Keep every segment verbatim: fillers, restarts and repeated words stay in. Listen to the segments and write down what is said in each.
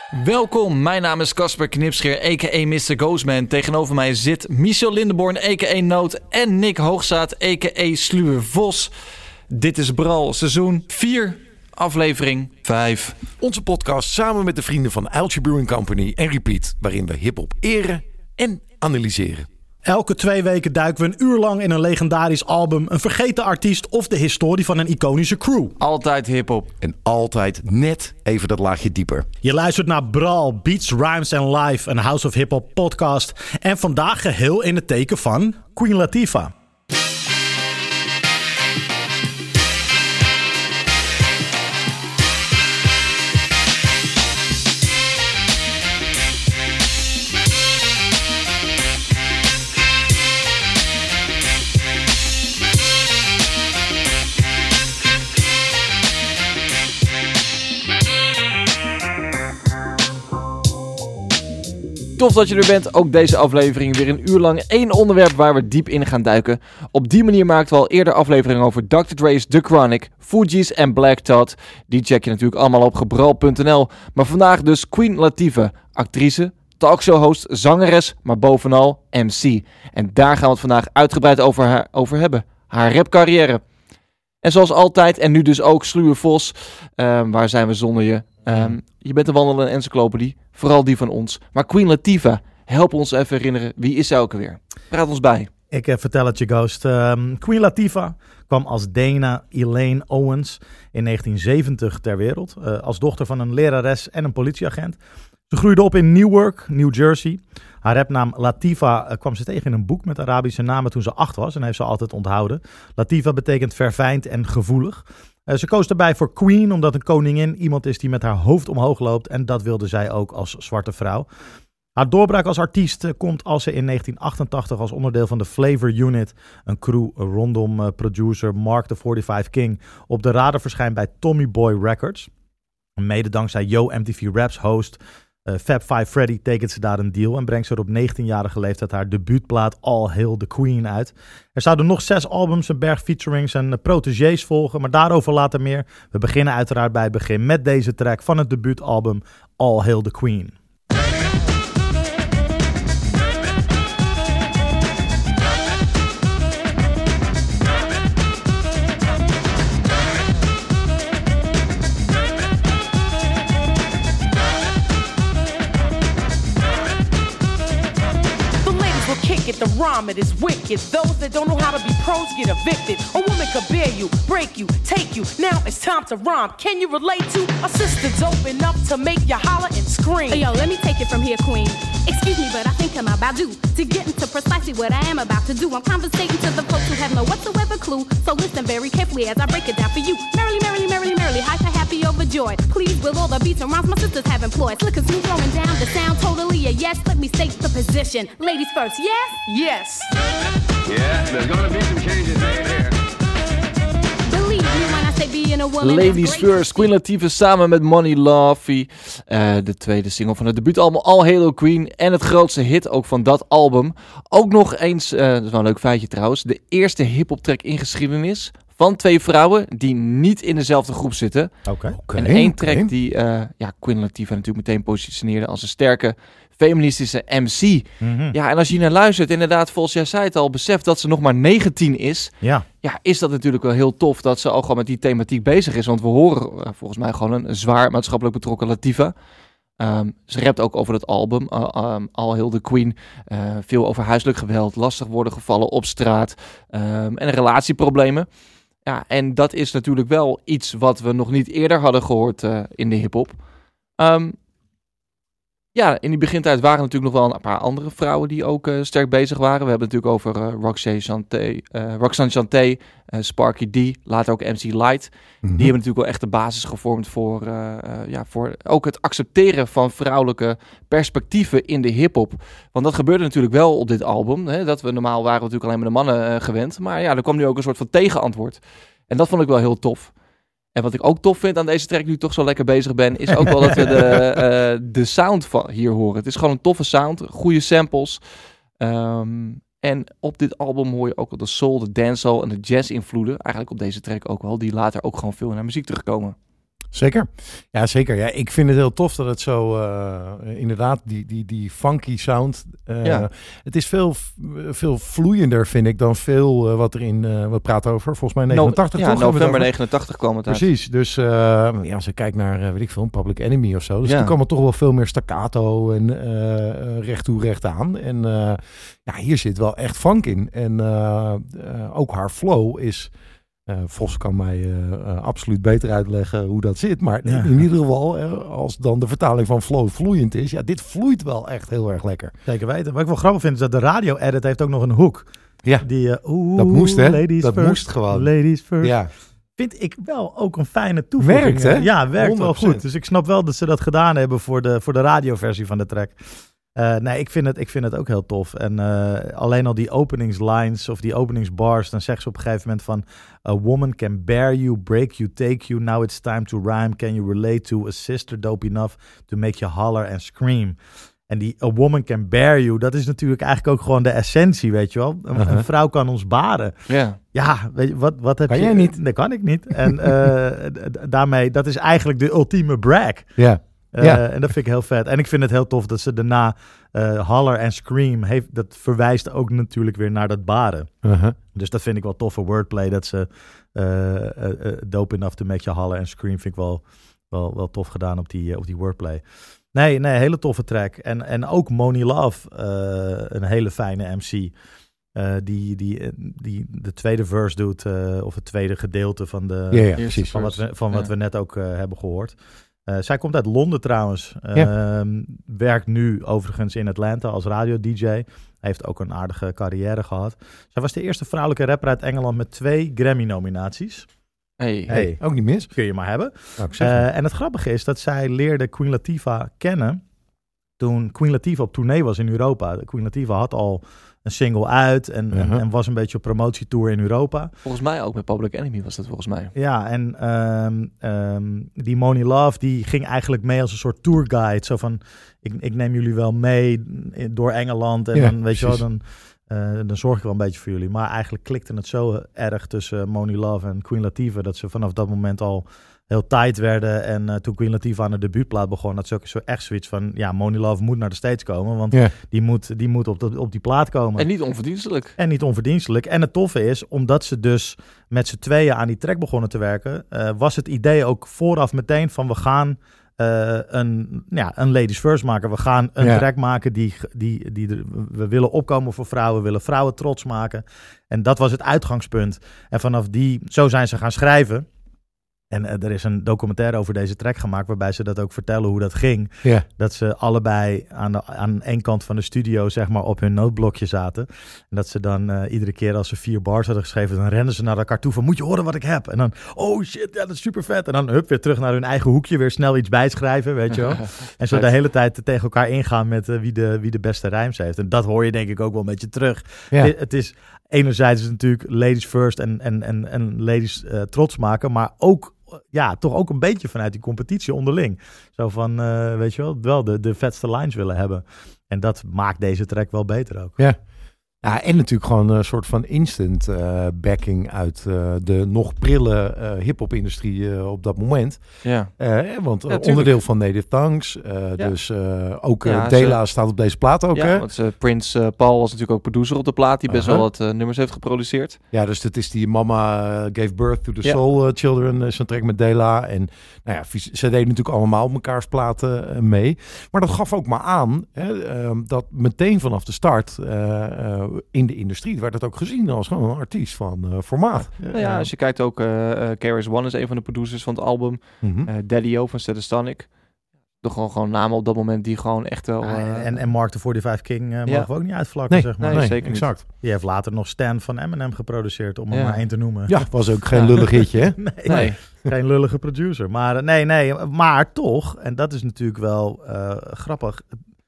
Welkom, mijn naam is Casper Knipscheer, a k a. mister Ghostman. Tegenover mij zit Michel Lindenborn, a k a. Noot, en Nick Hoogzaat, a k a. Sluwe Vos. Dit is Bral, seizoen vier, aflevering vijf. Onze podcast samen met de vrienden van Uiltje Brewing Company en Repeat, waarin we hiphop eren en analyseren. Elke twee weken duiken we een uur lang in een legendarisch album, een vergeten artiest of de historie van een iconische crew. Altijd hiphop. En altijd net even dat laagje dieper. Je luistert naar Bral, Beats, Rhymes and Live, een House of Hip Hop podcast. En vandaag geheel in het teken van Queen Latifah. Tof dat je er bent. Ook deze aflevering weer een uur lang één onderwerp waar we diep in gaan duiken. Op die manier maakten we al eerder afleveringen over doctor Dre's The Chronic, Fugees en Black Thought. Die check je natuurlijk allemaal op gebral punt n l. Maar vandaag dus Queen Latifah, actrice, talkshow-host, zangeres, maar bovenal M C. En daar gaan we het vandaag uitgebreid over, haar, over hebben. Haar rapcarrière. En zoals altijd, en nu dus ook Sluwe Vos. Uh, waar zijn we zonder je? Um, je bent een wandelende encyclopedie, vooral die van ons. Maar Queen Latifah, help ons even herinneren, wie is zij ook alweer? Praat ons bij. Ik uh, vertel het je, Ghost. Um, Queen Latifah kwam als Dana Elaine Owens in negentien zeventig ter wereld. Uh, als dochter van een lerares en een politieagent. Ze groeide op in Newark, New Jersey. Haar rapnaam Latifah uh, kwam ze tegen in een boek met Arabische namen toen ze acht was. En heeft ze altijd onthouden. Latifah betekent verfijnd en gevoelig. Uh, ze koos daarbij voor Queen omdat een koningin iemand is die met haar hoofd omhoog loopt. En dat wilde zij ook als zwarte vrouw. Haar doorbraak als artiest uh, komt als ze in negentien achtentachtig als onderdeel van de Flavor Unit, een crew uh, rondom uh, producer Mark the forty-five King, op de radar verschijnt bij Tommy Boy Records. Mede dankzij Yo M T V Raps host Uh, Fab Five Freddy tekent ze daar een deal en brengt ze er op negentienjarige leeftijd haar debuutplaat All Hail the Queen uit. Er zouden nog zes albums, een berg featurings en uh, protégés volgen, maar daarover later meer. We beginnen uiteraard bij het begin met deze track van het debuutalbum All Hail the Queen. The rhyme, it is wicked. Those that don't know how to be pros get evicted. A woman could bear you, break you, take you. Now it's time to rhyme. Can you relate to a sister dope enough to make you holler and scream? Yo, let me take it from here, queen. Excuse me, but I think I'm about due to get into precisely what I am about to do. I'm conversating to the folks who have no whatsoever clue. So listen very carefully as I break it down for you. Merrily, merrily, merrily, merrily, hyper, happy, overjoyed. Pleased with all the beats and rhymes my sisters have employed. Slick and smooth, throwing down the sound, totally a yes. Let me state the position. Ladies first, yes? Yes. Yeah, there's gonna be some changes made here. Believe me when I say being a woman. Ladies First, Queen Latifah samen met Money Lovey. Uh, de tweede single van het debuutalbum All Hail the Queen. En het grootste hit ook van dat album. Ook nog eens, uh, dat is wel een leuk feitje trouwens, de eerste hip-hop track in geschiedenis van twee vrouwen die niet in dezelfde groep zitten. Okay. Okay, en één track okay. die uh, ja, Queen Latifah natuurlijk meteen positioneerde als een sterke feministische M C. Mm-hmm. Ja, en als je hier naar luistert, inderdaad, volgens jij zei het al, beseft dat ze nog maar negentien is. Ja. Ja, is dat natuurlijk wel heel tof dat ze al gewoon met die thematiek bezig is. Want we horen uh, volgens mij gewoon een, een zwaar maatschappelijk betrokken Latifah. Um, ze rapt ook over het album, uh, um, All Hail the Queen. Uh, veel over huiselijk geweld, lastig worden gevallen op straat um, en relatieproblemen. Ja, en dat is natuurlijk wel iets wat we nog niet eerder hadden gehoord uh, in de hiphop. Um, ja, in die begintijd waren natuurlijk nog wel een paar andere vrouwen die ook uh, sterk bezig waren. We hebben het natuurlijk over uh, Roxanne Shante, uh, Roxanne Shante, uh, Sparky D, later ook M C Lyte. Mm-hmm. Die hebben natuurlijk wel echt de basis gevormd voor, uh, uh, ja, voor ook het accepteren van vrouwelijke perspectieven in de hiphop. Want dat gebeurde natuurlijk wel op dit album. Hè? Dat we normaal waren we natuurlijk alleen maar de mannen uh, gewend. Maar ja, er kwam nu ook een soort van tegenantwoord. En dat vond ik wel heel tof. En wat ik ook tof vind aan deze track, nu ik toch zo lekker bezig ben, is ook wel dat we de, uh, de sound van hier horen. Het is gewoon een toffe sound, goede samples. Um, en op dit album hoor je ook wel de soul, de dancehall en de jazz invloeden. Eigenlijk op deze track ook wel, die later ook gewoon veel in haar muziek terugkomen. Zeker. Ja, zeker. Ja, ik vind het heel tof dat het zo uh, inderdaad die, die, die funky sound. Uh, ja. Het is veel, veel vloeiender, vind ik, dan veel uh, wat er in uh, we praten over. Volgens mij negenentachtig. No, toch? Ja, november negenentachtig kwam het uit. Precies. Dus uh, ja, als je kijkt naar uh, weet ik veel, Public Enemy of zo, dus ja. er kwam toch wel veel meer staccato en uh, recht toe recht aan. En uh, ja, hier zit wel echt funk in. En uh, uh, ook haar flow is. Uh, Vos kan mij uh, uh, absoluut beter uitleggen hoe dat zit. Maar ja. in ieder geval, uh, als dan de vertaling van flow vloeiend is. Ja, dit vloeit wel echt heel erg lekker. Zeker weten. Wat ik wel grappig vind is dat de radio-edit heeft ook nog een hoek. Ja, die, uh, oeh, dat moest hè. Ladies dat first, moest gewoon. Ladies first. Ja. Vind ik wel ook een fijne toevoeging. Werkt hè? Ja, werkt honderd procent. wel goed. Dus ik snap wel dat ze dat gedaan hebben voor de, voor de radioversie van de track. Uh, nee, ik vind, het, ik vind het ook heel tof. En uh, alleen al die openingslines of die openingsbars, dan zegt ze op een gegeven moment van a woman can bear you, break you, take you. Now it's time to rhyme. Can you relate to a sister dope enough to make you holler and scream? En die a woman can bear you, dat is natuurlijk eigenlijk ook gewoon de essentie, weet je wel. Een, uh-huh. een vrouw kan ons baren. Yeah. Ja, weet je, wat, wat heb kan je? Jij niet? Dat kan ik niet. En uh, daarmee, dat is eigenlijk de ultieme brag. Ja. Uh, ja. En dat vind ik heel vet. En ik vind het heel tof dat ze daarna uh, holler en scream heeft. Dat verwijst ook natuurlijk weer naar dat baren. Uh-huh. Dus dat vind ik wel toffe wordplay. Dat ze uh, uh, uh, dope enough to make you holler and scream. Vind ik wel, wel, wel tof gedaan op die, uh, op die wordplay. Nee, nee, hele toffe track. En, en ook Money Love, uh, een hele fijne M C. Uh, die, die, die de tweede verse doet. Uh, of het tweede gedeelte van, de, ja, ja, precies. van wat we, van wat ja. we net ook uh, hebben gehoord. Uh, zij komt uit Londen trouwens. Uh, ja. Werkt nu overigens in Atlanta als radio-D J. Heeft ook een aardige carrière gehad. Zij was de eerste vrouwelijke rapper uit Engeland met twee Grammy-nominaties. Hey, hey, ook niet mis. Kun je maar hebben. Uh, en het grappige is dat zij leerde Queen Latifah kennen toen Queen Latifah op tournee was in Europa. Queen Latifah had al een single uit en, uh-huh. en, en was een beetje op promotietour in Europa. Volgens mij ook met Public Enemy was dat volgens mij. Ja, en um, um, die Money Love, die ging eigenlijk mee als een soort tourguide. Zo van, ik, ik neem jullie wel mee door Engeland en ja, dan, weet precies. je wel, dan, uh, dan zorg ik wel een beetje voor jullie. Maar eigenlijk klikte het zo erg tussen Money Love en Queen Latifah dat ze vanaf dat moment al heel tight werden. En uh, toen Queen Latifah aan de debuutplaat begon, had ze ook zo echt zoiets van, ja, Money Love moet naar de States komen, want yeah. die moet, die moet op, de, op die plaat komen. En niet onverdienstelijk. En niet onverdienstelijk. En het toffe is, omdat ze dus met z'n tweeën aan die track begonnen te werken, uh, was het idee ook vooraf meteen van, we gaan uh, een, ja, een ladies first maken. We gaan een yeah. track maken die, die, die de, we willen opkomen voor vrouwen, we willen vrouwen trots maken. En dat was het uitgangspunt. En vanaf die, zo zijn ze gaan schrijven. En uh, er is een documentaire over deze track gemaakt, waarbij ze dat ook vertellen hoe dat ging. Yeah. Dat ze allebei aan, de, aan één kant van de studio, zeg maar, op hun nootblokje zaten. En dat ze dan uh, iedere keer als ze vier bars hadden geschreven, dan renden ze naar elkaar toe van, moet je horen wat ik heb? En dan, oh shit, ja, dat is super vet. En dan hup, weer terug naar hun eigen hoekje, weer snel iets bijschrijven, weet je wel. En zo de hele tijd tegen elkaar ingaan met uh, wie, de, wie de beste rijms heeft. En dat hoor je denk ik ook wel een beetje terug. Yeah. Het, het is, enerzijds is het natuurlijk ladies first en, en, en, en ladies uh, trots maken, maar ook ja, toch ook een beetje vanuit die competitie onderling. Zo van, uh, weet je wel, wel de, de vetste lines willen hebben. En dat maakt deze track wel beter ook. Ja. Ja, en natuurlijk gewoon een soort van instant uh, backing uit uh, de nog prille uh, hip-hop-industrie uh, op dat moment. Ja. Uh, want ja, onderdeel van Native Tongues. Uh, ja. Dus uh, ook uh, ja, Dela ze, staat op deze plaat ook. Ja, hè? want uh, Prince uh, Paul was natuurlijk ook producer op de plaat. Die best uh-huh. wel wat uh, nummers heeft geproduceerd. Ja, dus dat is die Mama uh, Gave Birth to the ja. Soul uh, Children. Uh, Zo'n track met Dela. En nou ja, ze deden natuurlijk allemaal op mekaars platen uh, mee. Maar dat gaf ook maar aan hè, uh, dat meteen vanaf de start Uh, uh, in de industrie werd het ook gezien als gewoon een artiest van uh, formaat. Ja, nou ja, als je kijkt ook, uh, uh, K R S One is een van de producers van het album. Mm-hmm. Uh, Daddy-O van Statistics. Toch gewoon, gewoon namen op dat moment die gewoon echt wel... Uh... Ah, en, en Mark de vijfenveertig King uh, mogen ja. we ook niet uitvlakken, nee, zeg maar. Nee, nee zeker exact. niet. Die heeft later nog Stan van Eminem geproduceerd, om ja. er maar één te noemen. Ja, was ook geen lullig hitje, hè? nee, nee. Geen lullige producer. Maar nee, nee, maar toch, en dat is natuurlijk wel uh, grappig,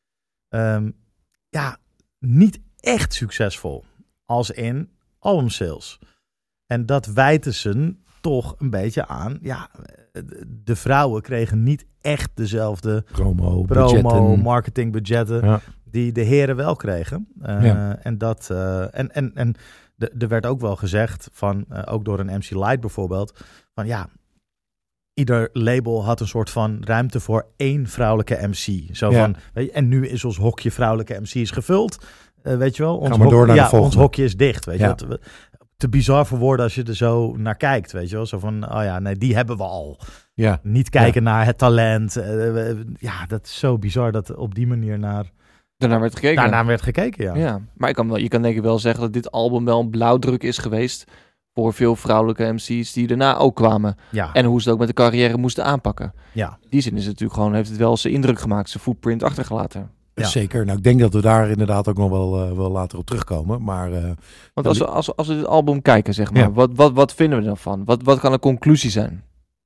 um, ja, niet echt succesvol. Als in albumsales. En dat wijten ze toch een beetje aan. Ja, de vrouwen kregen niet echt dezelfde promo, promo marketingbudgetten ja. die de heren wel kregen. Uh, ja. En dat uh, en en en de, er werd ook wel gezegd van uh, ook door een M C Lyte bijvoorbeeld van ja, ieder label had een soort van ruimte voor één vrouwelijke M C. Zo Ja. van, weet je, en nu is ons hokje vrouwelijke M C's gevuld. Uh, weet je wel, ons, Gaan we door hok- naar de ja, volgende. ons hokje is dicht. Weet Ja. je, wat, te bizar voor woorden als je er zo naar kijkt. Weet je wel, zo van, oh ja, nee, die hebben we al. Ja. Niet kijken naar het talent. Uh, ja, dat is zo bizar dat op die manier naar, Daarna werd gekeken. daarna werd gekeken. Ja. Ja, maar ik kan wel, je kan denk ik wel zeggen dat dit album wel een blauwdruk is geweest voor veel vrouwelijke M C's die daarna ook kwamen. Ja. En hoe ze het ook met de carrière moesten aanpakken. ja. In die zin is het natuurlijk gewoon, heeft het wel zijn indruk gemaakt, zijn footprint achtergelaten. Ja. Zeker. Nou, ik denk dat we daar inderdaad ook nog wel, uh, wel later op terugkomen. Maar uh, Want als we, als, als we dit album kijken, zeg maar, Ja. wat, wat, wat vinden we ervan? Wat, wat kan de conclusie zijn?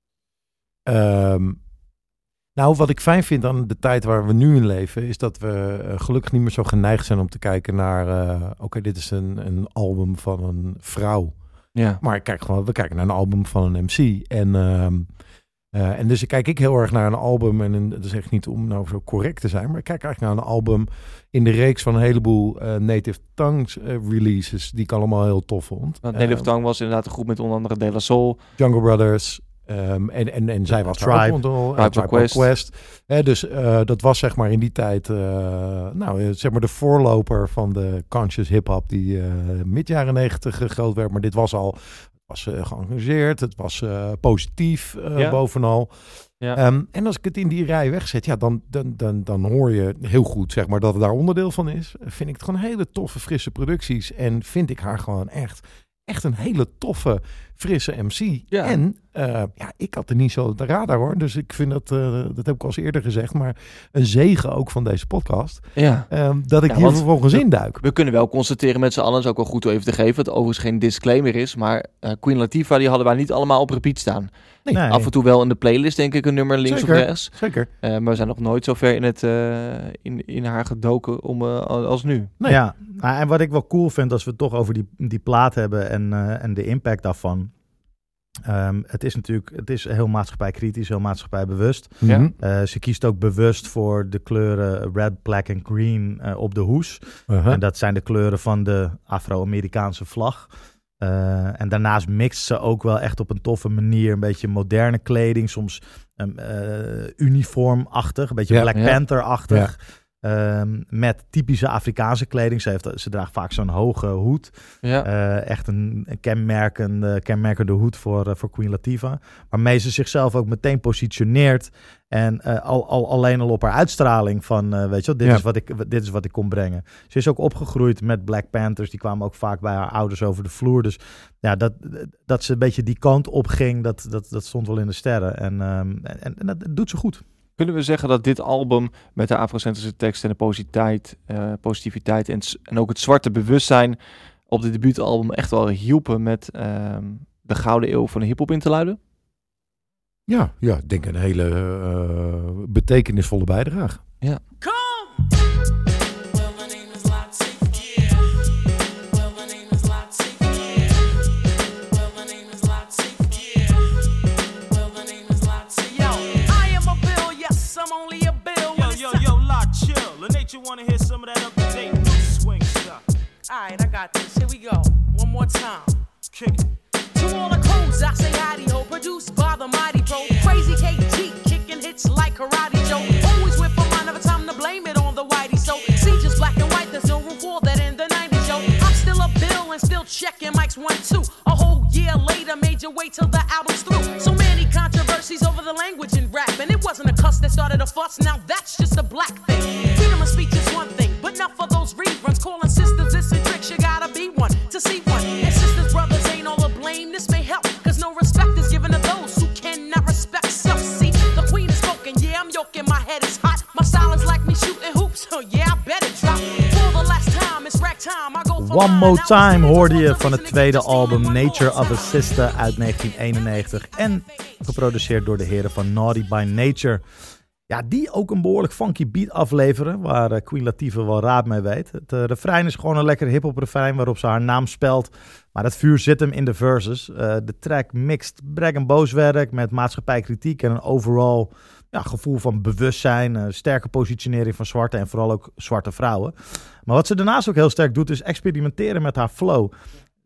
Um, nou, wat ik fijn vind aan de tijd waar we nu in leven, is dat we uh, gelukkig niet meer zo geneigd zijn om te kijken naar, uh, oké, okay, dit is een, een album van een vrouw. Ja. Maar kijk gewoon, we kijken naar een album van een M C. En, um, uh, en dus kijk ik heel erg naar een album, en een, dat is echt niet om nou zo correct te zijn, maar ik kijk eigenlijk naar een album in de reeks van een heleboel uh, Native Tongues uh, releases, die ik allemaal heel tof vond. Want Native Uh, Tongue was inderdaad een groep met onder andere De La Soul. Jungle Brothers. Um, en, en, en zij was Tribe. daar ook onder, uh, Tribe Tribe Quest. Quest. Quest. Hè, dus uh, dat was zeg maar in die tijd, uh, nou uh, zeg maar de voorloper van de conscious hip-hop die uh, mid jaren negentig uh, groot werd. Maar dit was al, het was uh, geëngageerd, het was uh, positief uh, Ja. bovenal. Ja. Um, en als ik het in die rij wegzet, ja, dan, dan, dan, dan hoor je heel goed zeg maar dat het daar onderdeel van is. Vind ik het gewoon hele toffe, frisse producties. En vind ik haar gewoon echt, echt een hele toffe, frisse M C. Ja. En uh, ja, ik had er niet zo op de radar hoor. Dus ik vind dat, uh, dat heb ik al eens eerder gezegd, maar een zegen ook van deze podcast. Ja. Um, dat ik Ja, hier want- vervolgens induik. We kunnen wel constateren met z'n allen, is ook wel goed om even te geven, dat het overigens geen disclaimer is, maar uh, Queen Latifah, die hadden wij niet allemaal op repeat staan. Nee, Nee. Af en toe wel in de playlist, denk ik, een nummer links Zeker. of rechts. Zeker. Uh, maar we zijn nog nooit zo ver in, het, uh, in, in haar gedoken om, uh, als nu. Nee. Ja, nou, en wat ik wel cool vind als we het toch over die, die plaat hebben en, uh, en de impact daarvan. Um, het is natuurlijk, het is heel maatschappijkritisch, heel maatschappijbewust. Ja. Mhm. Uh, ze kiest ook bewust voor de kleuren red, black en green uh, op de hoes. Uh-huh. En dat zijn de kleuren van de Afro-Amerikaanse vlag. Uh, en daarnaast mixt ze ook wel echt op een toffe manier een beetje moderne kleding, soms um, uh, uniformachtig, een beetje Ja, Black ja. Panther-achtig. Um, met typische Afrikaanse kleding. Ze, heeft, ze draagt vaak zo'n hoge hoed. Ja. Uh, echt een, een kenmerkende, kenmerkende hoed voor, uh, voor Queen Latifah. Waarmee ze zichzelf ook meteen positioneert. En uh, al, al, alleen al op haar uitstraling van, uh, weet je wel, dit, Ja. is wat ik, dit is wat ik kon brengen. Ze is ook opgegroeid met Black Panthers. Die kwamen ook vaak bij haar ouders over de vloer. Dus ja, dat, dat ze een beetje die kant op ging, dat, dat, dat stond wel in de sterren. En, um, en, en dat doet ze goed. Kunnen we zeggen dat dit album met de afrocentrische tekst en de positiviteit, uh, positiviteit en, s- en ook het zwarte bewustzijn op dit debuutalbum echt wel hielpen met uh, de gouden eeuw van de hiphop in te luiden? Ja, ja, ik denk een hele uh, betekenisvolle bijdrage. Ja. You want to hear some of that up-to-date new swing stuff? Alright, I got this. Here we go. One more time. Kick it. To all the crews, I say howdy ho. Produced by the mighty pro. Crazy K G, kicking hits like Karate Joe. Always with my mind, never time to blame it on the whitey. So, see, just black and white, there's no room for that in the nineties, yo. I'm still a bill and still checking mics one, two. A whole year later, made your way till the album's through. So many controversies over the language in rap. And it wasn't a cuss that started a fuss, now that's just a black thing. Freedom of speech is one thing, but not for those reruns. Calling sisters, this and tricks, you gotta be one to see one. And sisters, brothers ain't all to blame, this may help. Cause no respect is given to those who cannot respect self. See, the queen is spoken, yeah, I'm yoking, my head is hot. My style is like me shooting hoops, oh yeah, I better drop. For the last time, it's rack time, I go for One mine. More I was Time standing hoorde je towards van the het tweede vision, album one more Nature of a time. Sister uit negentien eenennegentig. En geproduceerd door de heren van Naughty by Nature. Ja, die ook een behoorlijk funky beat afleveren, waar uh, Queen Latifah wel raad mee weet. Het uh, refrein is gewoon een lekker hip-hop refrein waarop ze haar naam spelt. Maar het vuur zit hem in de verses. Uh, de track mixt brag en booswerk met maatschappijkritiek en een overall ja, gevoel van bewustzijn, uh, sterke positionering van zwarte en vooral ook zwarte vrouwen. Maar wat ze daarnaast ook heel sterk doet, is experimenteren met haar flow.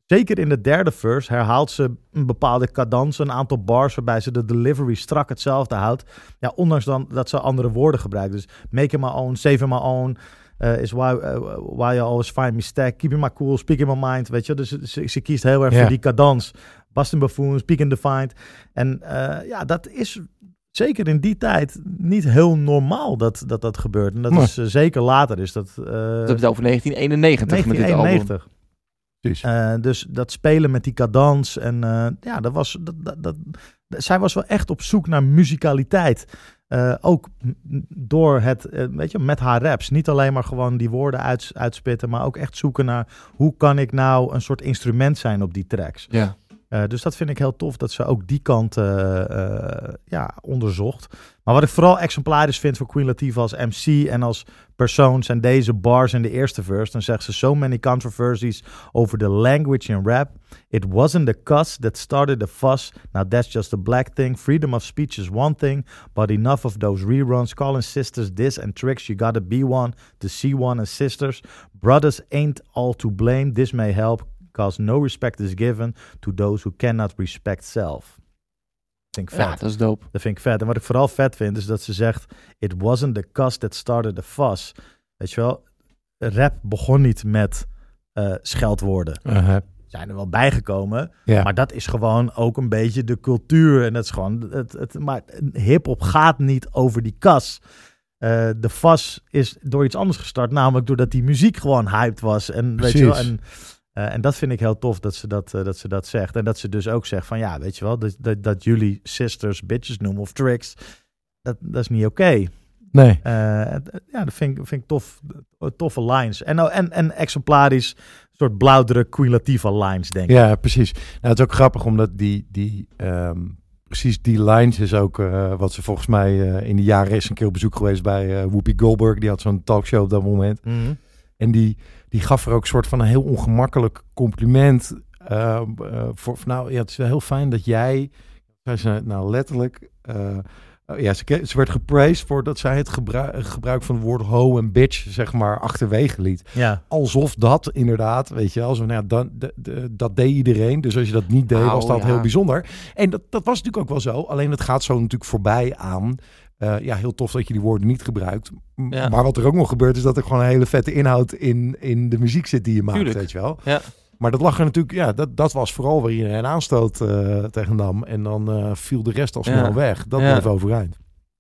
zeker in de derde verse herhaalt ze een bepaalde cadans, een aantal bars waarbij ze de delivery strak hetzelfde houdt. Ja, ondanks dan dat ze andere woorden gebruikt. Dus make it my own, save it my own, uh, is why, uh, why you always find me stack, keep it my cool, speak in my mind, weet je. Dus ze, ze kiest heel erg Ja. voor die cadans. Bustin' Buffoon, speak in defiant. En uh, ja, dat is zeker in die tijd niet heel normaal dat dat, dat gebeurt. En dat Nee. is uh, zeker later is dat... Uh, We hebben het over negentien eenennegentig met dit album. negentien eenennegentig. Precies. Uh, dus dat spelen met die cadans en uh, ja, dat was, dat, dat, dat, zij was wel echt op zoek naar musicaliteit. Uh, ook m- door het, uh, weet je, met haar raps. Niet alleen maar gewoon die woorden uits, uitspitten, maar ook echt zoeken naar hoe kan ik nou een soort instrument zijn op die tracks. Ja. Uh, dus dat vind ik heel tof dat ze ook die kant uh, uh, ja, onderzocht. Maar wat ik vooral exemplarisch vind voor Queen Latifah als M C en als persoon zijn deze bars in de eerste verse. Dan zegt ze so many controversies over the language in rap. It wasn't the cuss that started the fuss. Now that's just a black thing. Freedom of speech is one thing. But enough of those reruns. Calling sisters this and tricks. You gotta be one to see one as sisters. Brothers ain't all to blame. This may help. Because no respect is given to those who cannot respect self. Vind ik vet. Ja, dat is dope. Dat vind ik vet. En wat ik vooral vet vind, is dat ze zegt... It wasn't the cuss that started the fuss. Weet je wel, rap begon niet met uh, scheldwoorden. Uh-huh. Zijn er wel bijgekomen. Ja. Maar dat is gewoon ook een beetje de cultuur. En dat is gewoon... Het, het, maar hip-hop gaat niet over die kas. Uh, de fuss is door iets anders gestart. Namelijk doordat die muziek gewoon hyped was. En, weet je wel, en, uh, en dat vind ik heel tof dat ze dat, uh, dat ze dat zegt. En dat ze dus ook zegt van... Ja, weet je wel, dat, dat, dat jullie sisters bitches noemen of tricks... Dat, dat is niet oké. Okay. Nee. Uh, ja, dat vind ik, vind ik tof, toffe lines. En, en, en exemplarisch, een soort blauwdruk Queen Latifah lines, denk ik. Ja, precies. Nou, het is ook grappig, omdat die, die um, precies die lines is ook uh, wat ze volgens mij uh, in de jaren is een keer op bezoek geweest bij uh, Whoopi Goldberg. Die had zo'n talkshow op dat moment. Mm-hmm. En die, die gaf er ook een soort van een heel ongemakkelijk compliment. Uh, uh, voor, nou, ja, het is wel heel fijn dat jij, zei ze nou letterlijk... Uh, Uh, ja, ze, ze werd gepraised voor dat zij het gebruik, gebruik van het woord ho en bitch, zeg maar, achterwege liet. Ja. Alsof dat inderdaad, weet je, alsof, nou ja, dan, de, de, dat deed iedereen. Dus als je dat niet deed, oh, was dat ja. heel bijzonder. En dat, dat was natuurlijk ook wel zo. Alleen het gaat zo natuurlijk voorbij aan. Uh, ja, heel tof dat je die woorden niet gebruikt. M- Ja. Maar wat er ook nog gebeurt, is dat er gewoon een hele vette inhoud in, in de muziek zit die je maakt, Tuurlijk. weet je wel. Ja. Maar dat lag er natuurlijk, ja, dat, dat was vooral waar iedereen aanstoot uh, tegen nam. En dan uh, viel de rest al snel Ja. weg. Dat Ja. bleef overeind.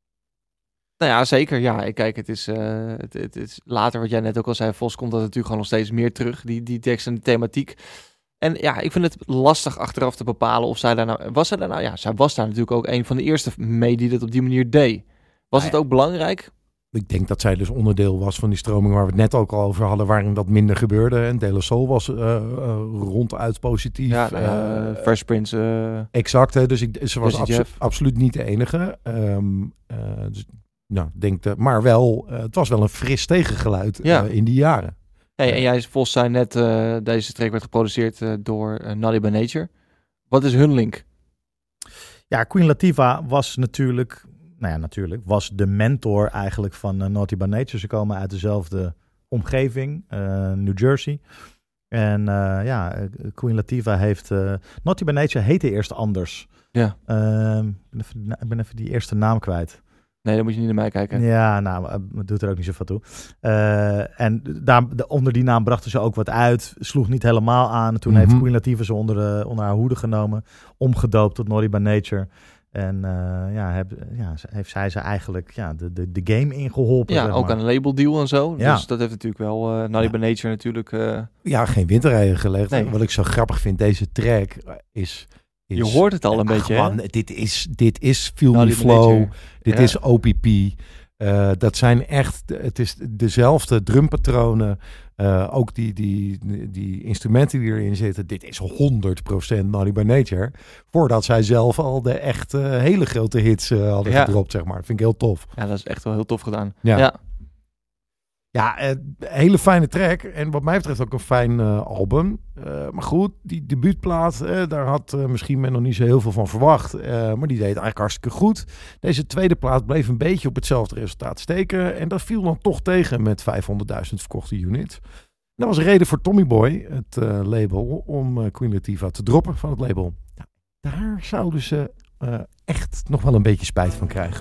Nou ja, zeker. Ja, kijk, het is, uh, het, het is later wat jij net ook al zei, Vos, komt dat natuurlijk gewoon nog steeds meer terug, die, die tekst en die thematiek. En ja, ik vind het lastig achteraf te bepalen of zij daar nou... Was zij daar nou... Ja, zij was daar natuurlijk ook een van de eerste mee die dat op die manier deed. Was Ja, het ook belangrijk? Ik denk dat zij dus onderdeel was van die stroming waar we het net ook al over hadden, waarin dat minder gebeurde. En De La Soul was uh, uh, ronduit positief. Ja, nou ja, Uh, Fresh Prince... Uh, Exact, hè? Dus ik, ze was Jesse abso- Jeff. absoluut niet de enige. Um, uh, dus, nou, denk dat, maar wel, uh, het was wel een fris tegengeluid Ja. uh, in die jaren. hey, en jij, Vos, zei net, uh, deze track werd geproduceerd uh, door uh, Naughty by Nature. Wat is hun link? Ja, Queen Latifah was natuurlijk, nou ja, natuurlijk, was de mentor eigenlijk van uh, Naughty by Nature. Ze komen uit dezelfde omgeving, uh, New Jersey. En uh, ja, Queen Latifah heeft, uh, Naughty by Nature heette eerst anders. Ja. Uh, ik, ben even, ik ben even die eerste naam kwijt. Nee, dan moet je niet naar mij kijken. Ja, nou, het doet er ook niet zoveel toe. Uh, en daar, de, onder die naam brachten ze ook wat uit. Sloeg niet helemaal aan. Toen Mm-hmm. heeft Queen Latifah ze onder, uh, onder haar hoede genomen. Omgedoopt tot Naughty by Nature. En uh, ja, heb, ja, heeft zij ze eigenlijk ja, de, de, de game ingeholpen. Ja, zeg ook maar. aan een labeldeal en zo. Ja. Dus dat heeft natuurlijk wel uh, Naughty Ja. by Nature natuurlijk... Uh, Ja, geen windrijden gelegd. Nee. Wat ik zo grappig vind, deze track is... is je hoort het al een ja, beetje, hè? gewoon, dit is, dit is Feel Me Naughty by Flow. Nature. Dit Ja. is O P P. Uh, dat zijn echt, het is dezelfde drumpatronen. Uh, ook die, die, die instrumenten die erin zitten. Dit is honderd procent Naughty by Nature. Voordat zij zelf al de echt uh, hele grote hits uh, hadden Ja. gedropt, zeg maar. Dat vind ik heel tof. Ja, dat is echt wel heel tof gedaan. Ja. Ja. Ja, uh, hele fijne track. En wat mij betreft ook een fijn uh, album. Uh, maar goed, die debuutplaat, uh, daar had uh, misschien men nog niet zo heel veel van verwacht. Uh, maar die deed eigenlijk hartstikke goed. Deze tweede plaat bleef een beetje op hetzelfde resultaat steken. En dat viel dan toch tegen met vijfhonderdduizend verkochte units. Dat was een reden voor Tommy Boy, het uh, label, om uh, Queen Latifah te droppen van het label. Nou, daar zouden ze uh, echt nog wel een beetje spijt van krijgen.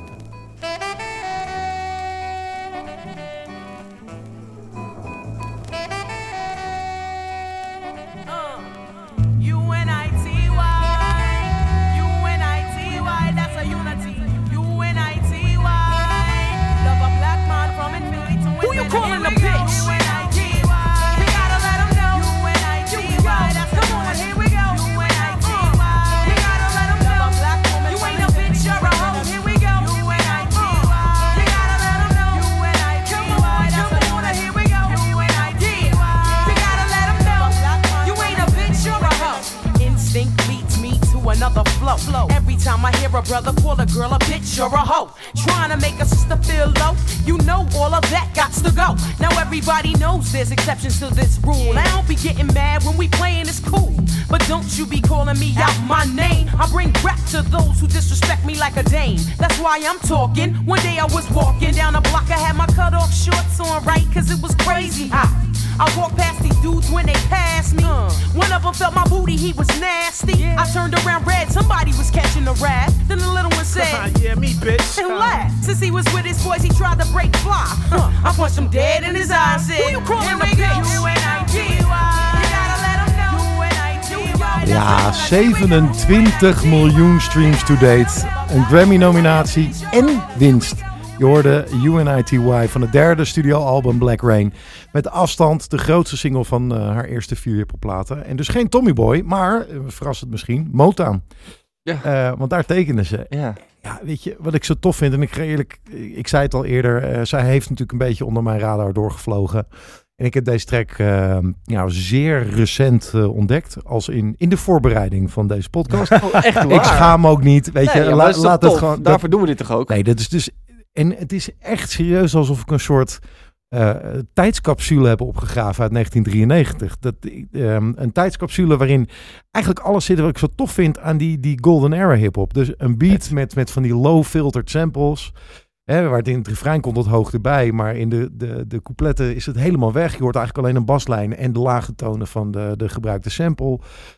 Another flow. flow. Every time I hear a brother call a girl a bitch or a hoe, trying to make a sister feel low, you know all of that got to go. Now everybody knows there's exceptions to this rule. I don't be getting mad when we playing, it's cool, but don't you be calling me out my name. I bring rap to those who disrespect me like a dame. That's why I'm talking. One day I was walking down the block, I had my cut off shorts on, right, cause it was crazy hot. I walked past these dudes when they passed me. Uh. One of them felt my booty, he was nasty. Yeah. I turned around red, somebody was catching a rat. Then the little one said, yeah, me, bitch. And laughed. Since he was with his boys, he tried to break fly. Uh. I punched him dead in his eyes. Said, who you calling a bitch? U N I T Y. You gotta let him know. U N I T Y. Ja, zevenentwintig miljoen streams to date. Een Grammy-nominatie en winst. Je hoorde U N I T Y van het derde studioalbum Black Rain. Met afstand de grootste single van uh, haar eerste vier hiphopplaten. En dus geen Tommy Boy, maar, uh, verrassend misschien, Motown. Ja. Uh, want daar tekenen ze. Ja. Ja, weet je, wat ik zo tof vind, en ik eerlijk, ik zei het al eerder, uh, zij heeft natuurlijk een beetje onder mijn radar doorgevlogen. En ik heb deze track uh, ja, zeer recent uh, ontdekt, als in, in de voorbereiding van deze podcast. Oh, echt waar? Ik schaam ook niet, weet nee, je. Ja, la, laat het gewoon. Daarvoor dat, doen we dit toch ook? Nee, dat is dus. En het is echt serieus alsof ik een soort uh, tijdscapsule heb opgegraven uit negentien drieënnegentig. Dat, um, een tijdscapsule waarin eigenlijk alles zit wat ik zo tof vind aan die, die Golden Era hip-hop. Dus een beat met, met van die low-filtered samples. Hè, waar het in het refrein komt tot hoog erbij. Maar in de, de, de coupletten is het helemaal weg. Je hoort eigenlijk alleen een baslijn en de lage tonen van de, de gebruikte sample.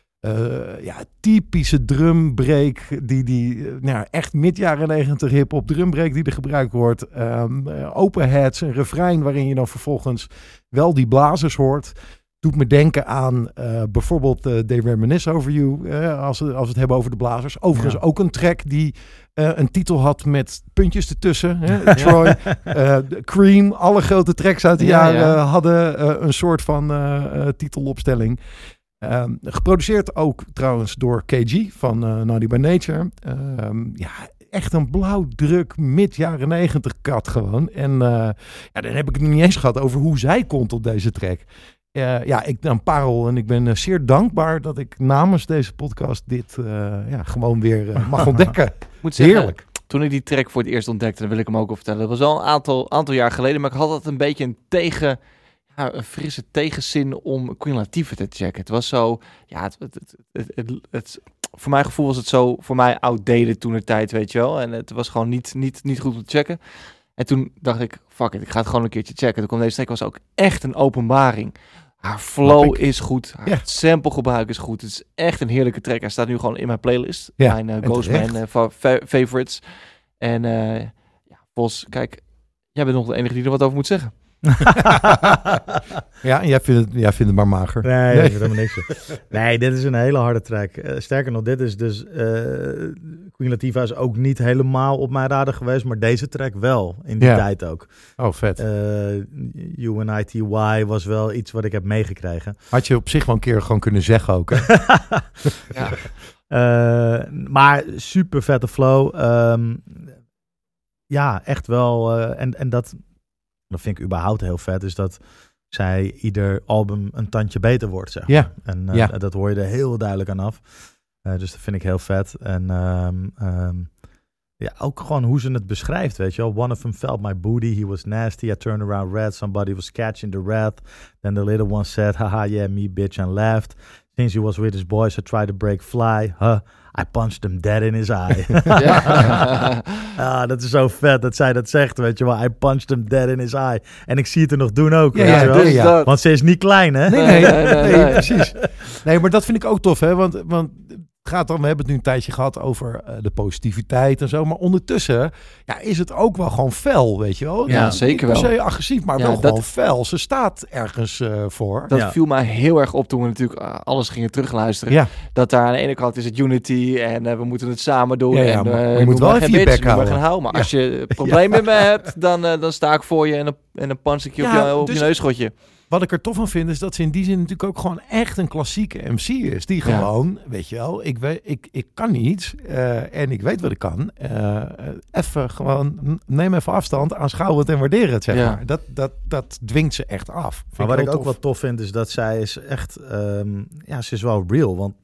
Uh, ja, typische drumbreak die, die uh, nou, echt mid jaren negentig hip-hop drumbreak die er gebruikt wordt. Um, uh, open hats, een refrein waarin je dan vervolgens wel die blazers hoort. Doet me denken aan uh, bijvoorbeeld uh, They Reminisce Over You, uh, als, we, als we het hebben over de blazers. Overigens ja. ook een track die uh, een titel had met puntjes ertussen. Hè? Troy, uh, Cream, alle grote tracks uit de ja, jaren ja. hadden uh, een soort van uh, uh, titelopstelling. Um, geproduceerd ook trouwens door K G van uh, Naughty by Nature. Um, ja, echt een blauwdruk mid jaren negentig kat gewoon. En uh, ja, dan heb ik het nog niet eens gehad over hoe zij komt op deze track. Uh, ja, ik een parel en ik ben uh, zeer dankbaar dat ik namens deze podcast dit uh, ja, gewoon weer uh, mag ontdekken. Moet zeggen, heerlijk. Toen ik die track voor het eerst ontdekte, dan wil ik hem ook al vertellen. Dat was al een aantal, aantal jaar geleden, maar ik had altijd een beetje een tegen... Ja, een frisse tegenzin om Queen Latifah te checken. Het was zo, ja, het, het, het, het, het, het, voor mijn gevoel was het zo, voor mij outdated toen de tijd, weet je wel. En het was gewoon niet, niet, niet goed om te checken. En toen dacht ik, fuck it, ik ga het gewoon een keertje checken. Toen kwam deze track, was ook echt een openbaring. Haar flow is goed, haar ja. samplegebruik is goed. Het is echt een heerlijke track. Hij staat nu gewoon in mijn playlist, ja, mijn uh, Ghostman uh, fa- fa- favorites. En uh, ja, Bos, kijk, jij bent nog de enige die er wat over moet zeggen. Ja, en jij vindt, het, jij vindt het maar mager. Nee, nee. Dat is helemaal niks. Nee, dit is een hele harde track. Uh, sterker nog, dit is dus... Uh, Queen Latifah is ook niet helemaal op mijn radar geweest, maar deze track wel, in die ja. tijd ook. Oh, vet. Uh, U N I T Y was wel iets wat ik heb meegekregen. Had je op zich wel een keer gewoon kunnen zeggen ook, hè? Ja. Uh, maar super vette flow. Um, ja, echt wel. Uh, en, en dat... Dat vind ik überhaupt heel vet, is dat zij ieder album een tandje beter wordt, zeg maar. Ja. En uh, ja. dat hoor je er heel duidelijk aan af. Uh, dus dat vind ik heel vet. En um, um, ja, ook gewoon hoe ze het beschrijft, weet je wel. One of them felt my booty, he was nasty, I turned around red, somebody was catching the wrath. Then the little one said, haha, yeah, me, bitch, and laughed. Since he was with his boys, I tried to break fly, huh. I punched him dead in his eye. Ja. Ah, dat is zo vet dat zij dat zegt, weet je wel. I punched him dead in his eye. En ik zie het er nog doen ook, Ja, weet ja, je wel. dus dat. Want ze is niet klein, hè? Nee, nee, Nee, nee, nee, nee. precies. Nee, maar dat vind ik ook tof, hè? Want, want het gaat dan, we hebben het nu een tijdje gehad over uh, de positiviteit en zo. Maar ondertussen ja, is het ook wel gewoon fel, weet je wel? Ja, Niet zeker per wel. se agressief, maar Ja, wel dat- gewoon fel. Ze staat ergens uh, voor. Dat Ja. viel mij heel erg op toen we natuurlijk uh, alles gingen terugluisteren. Ja, Dat daar aan de ene kant is het unity en uh, we moeten het samen doen. Ja, ja, en, maar uh, je moet noem wel maar even geen je bitch, bek noem maar houden. geen hou. Maar Ja. als je een probleem met me hebt, dan, uh, dan sta ik voor je en dan, en dan pans ik je Ja, op, je, op dus- je neusschotje. wat ik er tof van vind, is dat ze in die zin natuurlijk ook gewoon echt een klassieke M C is. Die Ja. gewoon, weet je wel, ik, weet, ik, ik kan iets uh, en ik weet wat ik kan. Uh, even gewoon, neem even afstand, aanschouw het en waardeer het, zeg Ja. maar. Dat, dat, dat dwingt ze echt af. Vind Maar wat ik heel ook tof. wel tof vind, is dat zij is echt... Um, ja, ze is wel real. Want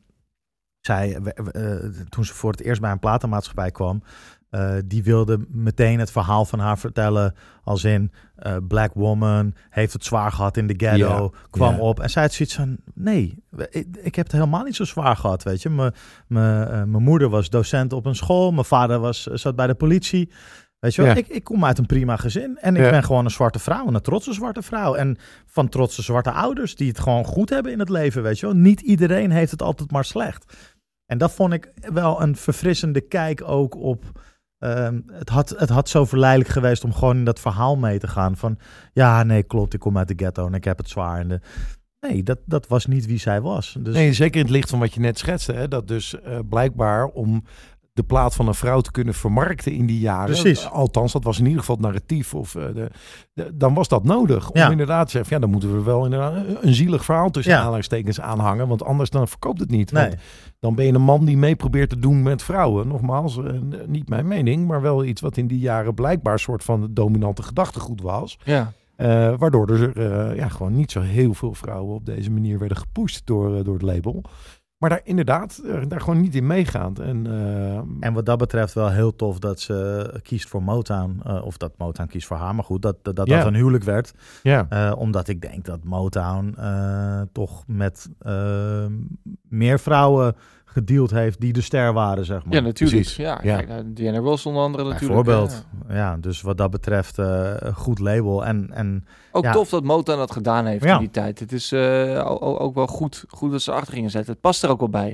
zij, uh, toen ze voor het eerst bij een platenmaatschappij kwam... Uh, die wilde meteen het verhaal van haar vertellen. Als in, uh, black woman, heeft het zwaar gehad in de ghetto, Ja, kwam ja. op. En zij had zoiets van, nee, ik, ik heb het helemaal niet zo zwaar gehad, weet je. Mijn uh, moeder was docent op een school, mijn vader was, zat bij de politie. Weet je wel, Ja. ik, ik kom uit een prima gezin. En ik Ja. ben gewoon een zwarte vrouw, een trotse zwarte vrouw. En van trotse zwarte ouders die het gewoon goed hebben in het leven, weet je wel. Niet iedereen heeft het altijd maar slecht. En dat vond ik wel een verfrissende kijk ook op... Um, het, had, het had zo verleidelijk geweest om gewoon in dat verhaal mee te gaan. Van, ja, nee, klopt, ik kom uit de ghetto en ik heb het zwaar. En de... Nee, dat, dat was niet wie zij was. Dus... Nee, zeker in het licht van wat je net schetste. Hè, dat dus uh, blijkbaar om de plaat van een vrouw te kunnen vermarkten in die jaren. Precies. Althans, dat was in ieder geval het narratief. Of, uh, de, de, dan was dat nodig. Om Ja. inderdaad te zeggen, ja, dan moeten we wel inderdaad een zielig verhaal tussen Ja. aanhalingstekens aanhangen. Want anders dan verkoopt het niet. Nee. Want dan ben je een man die mee probeert te doen met vrouwen. Nogmaals, uh, niet mijn mening, maar wel iets wat in die jaren blijkbaar een soort van dominante gedachtegoed was. Ja. Uh, waardoor er uh, ja, gewoon niet zo heel veel vrouwen op deze manier werden gepusht door, uh, door het label. Maar daar inderdaad, uh, daar gewoon niet in meegaand. En, uh, en wat dat betreft wel heel tof dat ze kiest voor Motown. Uh, of dat Motown kiest voor haar. Maar goed, dat dat, dat, Ja. dat een huwelijk werd. ja. Uh, omdat ik denk dat Motown uh, toch met uh, meer vrouwen gedeeld heeft die de ster waren, zeg maar. Ja, natuurlijk. Precies. Ja, Ja. kijk, uh, Diana Ross onder andere natuurlijk. Bijvoorbeeld. Ja. Ja, dus wat dat betreft uh, een goed label. En, en Ook Ja. tof dat Motown dat gedaan heeft Ja. in die tijd. Het is uh, ook, ook wel goed, goed dat ze achter gingen zetten. Het past er ook wel bij.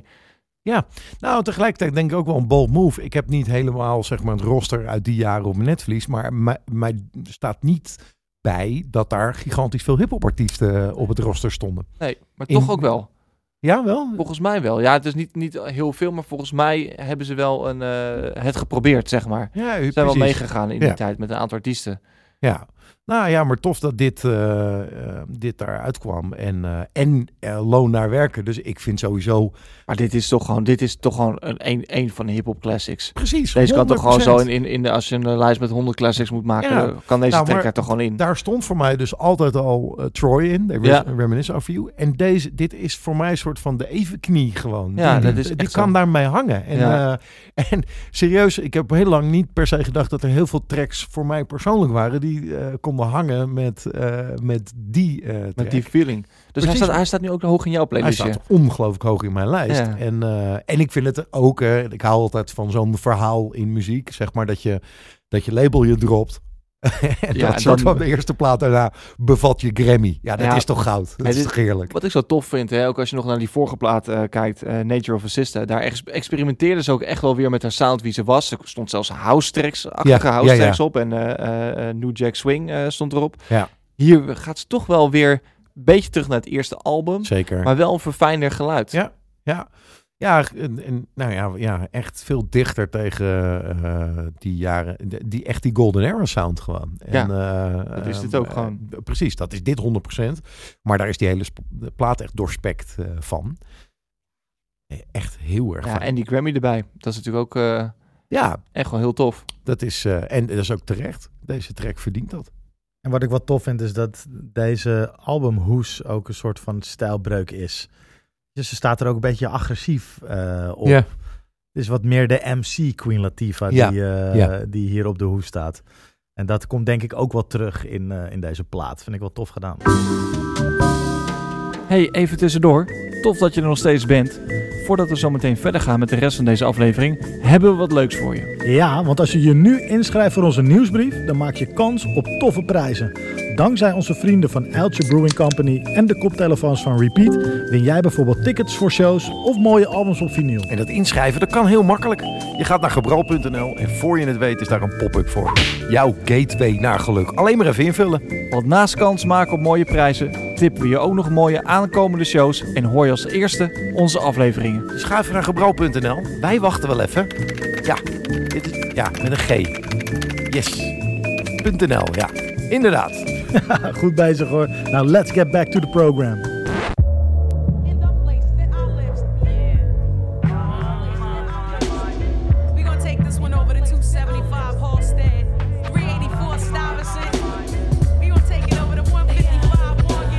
Nou, tegelijkertijd denk ik ook wel een bold move. Ik heb niet helemaal zeg maar het roster uit die jaren op mijn netvlies. Maar mij, mij staat niet bij dat daar gigantisch veel hip-hop artiesten op het roster stonden. Nee, maar In- toch ook wel. Ja, wel? Volgens mij wel. Ja, het is niet, niet heel veel, maar volgens mij hebben ze wel een, uh, het geprobeerd, zeg maar. Ja, Ze zijn wel precies. meegegaan in die Ja. tijd met een aantal artiesten. Ja, nou ja, maar tof dat dit, uh, uh, dit daaruit kwam. En, uh, en uh, loon naar werken. Dus ik vind sowieso... Maar dit is toch gewoon, dit is toch gewoon een, een, een van de hip-hop classics. Precies, Deze kan toch gewoon honderd zo procent. in, in, in de, als je een lijst met honderd classics moet maken, Ja. dan kan deze Nou, track maar er toch gewoon in. Daar stond voor mij dus altijd al uh, Troy in. De Ja. Reminisce of You. En deze, dit is voor mij een soort van de evenknie gewoon. Ja, die dat is die, echt die zo. kan daarmee hangen. En, Ja. uh, en serieus, ik heb heel lang niet per se gedacht dat er heel veel tracks voor mij persoonlijk waren die uh, konden hangen met, uh, met die uh, track. Met die feeling. Dus hij Precies. staat, hij staat nu ook hoog in jouw Hij playlistje. staat ongelooflijk hoog in mijn lijst. Ja. En, uh, en ik vind het ook, uh, ik hou altijd van zo'n verhaal in muziek. Zeg maar dat je, dat je label je dropt. en Ja, dat en soort dan- van de eerste plaat daarna bevat je Grammy. Ja, dat Ja. is toch goud. Dat Nee, is dit- toch heerlijk. Wat ik zo tof vind, hè, ook als je nog naar die vorige plaat uh, kijkt, uh, Nature of a Sister, daar ex- experimenteerde ze ook echt wel weer met haar sound wie ze was. Er stond zelfs house tracks, achtige Ja, house ja, tracks ja. op en uh, uh, New Jack Swing uh, stond erop. Ja. Hier gaat ze toch wel weer een beetje terug naar het eerste album, Zeker. maar wel een verfijnder geluid. Ja. Ja, ja, en, en, nou ja, ja, echt veel dichter tegen uh, die jaren, die, die echt die Golden Era sound gewoon. En, Ja, uh, dat is dit um, ook gewoon. uh, precies, dat is dit honderd procent. Maar daar is die hele sp- de plaat echt doorspekt uh, van. Eh, Echt heel erg Ja, fijn. en die Grammy erbij. Dat is natuurlijk ook uh, Ja, echt wel heel tof. dat is, uh, en dat is ook terecht. Deze track verdient dat. En wat ik wat tof vind is dat deze albumhoes ook een soort van stijlbreuk is. Dus ze staat er ook een beetje agressief uh, op. Ja. Het is wat meer de M C Queen Latifah Ja. die, uh, Ja. die hier op de hoes staat. En dat komt denk ik ook wel terug in, uh, in deze plaat. Vind ik wel tof gedaan. Hey, even tussendoor. Tof dat je er nog steeds bent. voordat we zo meteen verder gaan met de rest van deze aflevering, hebben we wat leuks voor je. Ja, want als je je nu inschrijft voor onze nieuwsbrief, dan maak je kans op toffe prijzen. Dankzij onze vrienden van Uiltje Brewing Company en de koptelefoons van Repeat win jij bijvoorbeeld tickets voor shows of mooie albums op vinyl. En dat inschrijven, dat kan heel makkelijk. Je gaat naar gebral punt n l en voor je het weet is daar een pop-up voor. Jouw gateway naar geluk. Alleen maar even invullen. Want naast kans maken op mooie prijzen, tippen we je ook nog mooie aankomende shows en hoor je als eerste onze afleveringen. Dus ga even naar gebral punt n l. Wij wachten wel even. Ja, dit is, ja, met een G. Yes. .nl, ja. Inderdaad. Goed bezig hoor. Nou, let's get back to the program. In the place that I live, yeah. We gonna take this one over to two seventy-five Halstead, three eighty-four Stuyvesant. We gonna take it over to one fifty-five Morgan.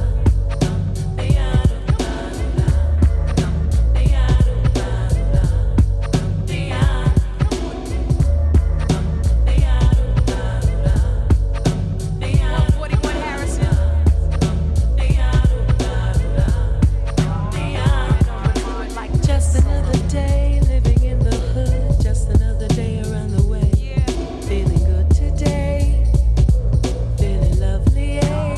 one forty-one Harrison. Just another day living in the hood. Just another day around the way. Feeling good today. Feeling lovely, eh?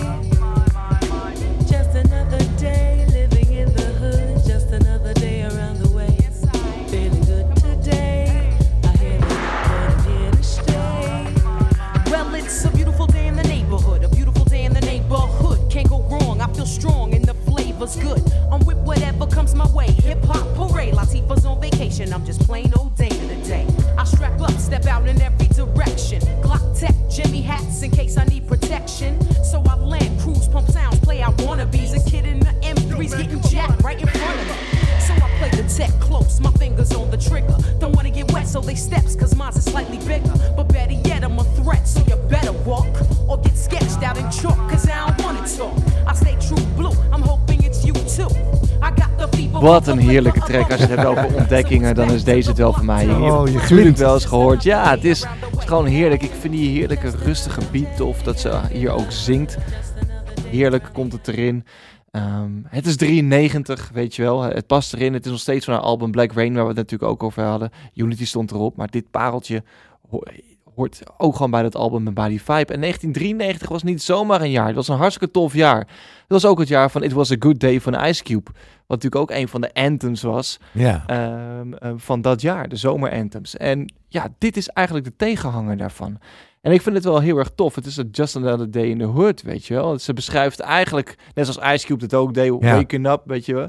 Just another day living in the hood. Just another day around the way. Feeling good today. I hear that I'm here to stay. Well, it's a beautiful day in the neighborhood, a beautiful day in the neighborhood. Can't go wrong, I feel strong and the flavor's good. I'm with whatever comes my way. Hip hop parade, Latifah's on vacation. I'm just plain old Dana today. I strap up, step out in every direction. Glock tech, Jimmy hats in case I need protection. So I land, cruise, pump sounds, play out wannabes. A kid in the M three's getting jacked right in front of me. So I play the tech close, my fingers on the trigger. Don't wanna get wet, so they steps, cause mine's is slightly bigger. But better yet, I'm a threat, so you better walk or get sketched out in chalk, cause I don't wanna talk. I stay true blue, I'm hoping it's you too. I got the fever. Wat een heerlijke track. Als je het hebt over ontdekkingen, dan is deze het wel voor mij. Je hebt Oh, het je natuurlijk glimt. wel eens gehoord. Ja, het is, het is gewoon heerlijk. Ik vind die heerlijke, rustige beat tof. Dat ze hier ook zingt. Heerlijk komt het erin. Um, het is drieënnegentig, weet je wel. Het past erin. Het is nog steeds van haar album Black Rain, waar we het natuurlijk ook over hadden. Unity stond erop. Maar dit pareltje ho- hoort ook gewoon bij dat album en bij die vibe. En negentien drieënnegentig was niet zomaar een jaar. Het was een hartstikke tof jaar. Het was ook het jaar van It Was a Good Day van Ice Cube. Wat natuurlijk ook een van de anthems was. Ja. Um, um, van dat jaar, de zomer-anthems. En ja, dit is eigenlijk de tegenhanger daarvan. En ik vind het wel heel erg tof. Het is een Just Another Day in the Hood, weet je wel. Ze beschrijft eigenlijk, net zoals Ice Cube het ook deed, Ja. Waking Up, weet je wel.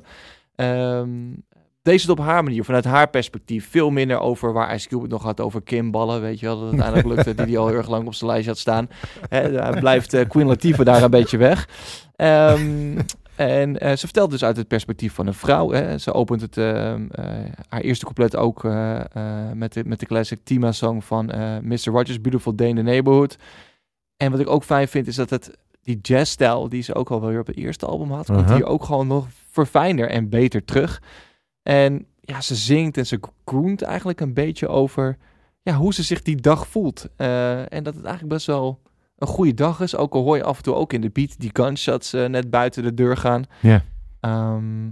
Um, deze het op haar manier, vanuit haar perspectief. Veel minder over waar Ice Cube het nog had over Kim Ballen, weet je wel. Dat het uiteindelijk lukte, die hij al heel erg lang op zijn lijstje had staan. Hè, daar blijft uh, Queen Latifah daar een beetje weg. Um, En uh, ze vertelt dus uit het perspectief van een vrouw. Hè. Ze opent het, uh, uh, haar eerste couplet ook uh, uh, met, de, met de classic Tima-song van uh, mister Rogers, Beautiful Day in the Neighborhood. En wat ik ook fijn vind, is dat het die jazzstijl die ze ook al wel weer op het eerste album had, komt Uh-huh. hier ook gewoon nog verfijnder en beter terug. En ja, ze zingt en ze groent eigenlijk een beetje over ja, hoe ze zich die dag voelt. Uh, en dat het eigenlijk best wel een goede dag is. Ook al hoor je af en toe ook in de beat die gunshots uh, net buiten de deur gaan. Ja. Um,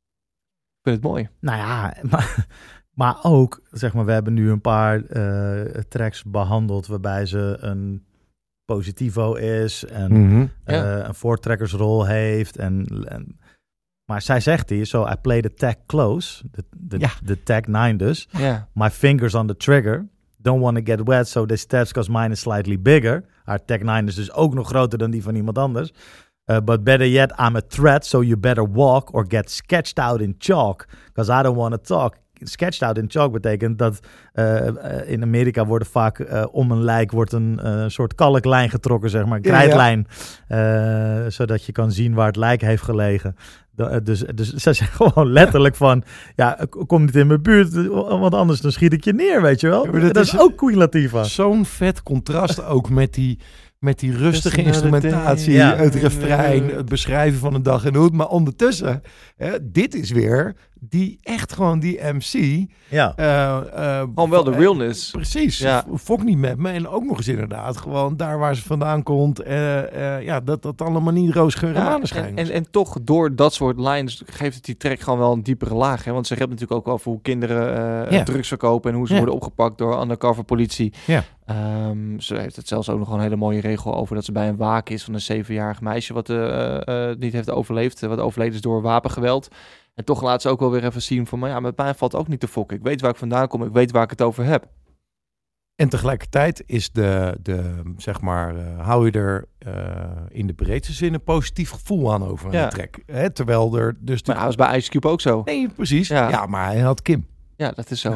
ik vind het mooi. Nou ja, maar, maar ook, zeg maar, we hebben nu een paar uh, tracks behandeld waarbij ze een positivo is en Mm-hmm. Ja. uh, een voortrekkersrol heeft. En, en, maar zij zegt hier, so I play the tag close, de, de, Ja. de tag nine dus. Ja. My fingers on the trigger. Don't want to get wet, so they steps cause mine is slightly bigger. Haar tag nine is dus ook nog groter dan die van iemand anders. Uh, but better yet, I'm a threat, so you better walk or get sketched out in chalk. Because I don't want to talk. Sketched out in chalk betekent dat uh, uh, in Amerika worden vaak uh, om een lijk wordt een uh, soort kalklijn getrokken, zeg maar, een Ja, ja. krijtlijn. Uh, zodat je kan zien waar het lijk heeft gelegen. Da- Dus, dus ze zeggen gewoon letterlijk van, ja, kom niet in mijn buurt, want anders dan schiet ik je neer, weet je wel. Ja, maar dat dat is- is ook Queen Latifah. Zo'n vet contrast ook met die, met die rustige Just another instrumentatie, day. Ja. het refrein, het beschrijven van een dag en hoe. Maar ondertussen, hè, dit is weer die echt gewoon die M C. Ja. eh, eh, Gewoon wel de eh, realness. Precies. Ja. Ja. Fok niet met me. En ook nog eens inderdaad gewoon daar waar ze vandaan komt. eh, eh, ja, dat dat allemaal niet roosgeur en Ja, maneschijn en, is. en, en toch door dat soort soort lines geeft het die track gewoon wel een diepere laag. Hè? Want ze hebben natuurlijk ook over hoe kinderen uh, Ja. drugs verkopen en hoe ze Ja. worden opgepakt door undercover politie. Ja. Um, ze heeft het zelfs ook nog een hele mooie regel over dat ze bij een waak is van een zevenjarig meisje wat uh, uh, niet heeft overleefd, wat overleden is door wapengeweld. En toch laat ze ook wel weer even zien van, maar ja, met mij valt ook niet te fokken. Ik weet waar ik vandaan kom, ik weet waar ik het over heb. En tegelijkertijd is de, de zeg maar, uh, hou je er uh, in de breedste zin een positief gevoel aan over Ja. een track. Hè? Terwijl er dus... Maar dat was bij Ice Cube ook zo. Nee, precies. Ja. Ja. ja, maar hij had Kim. Ja, dat is zo.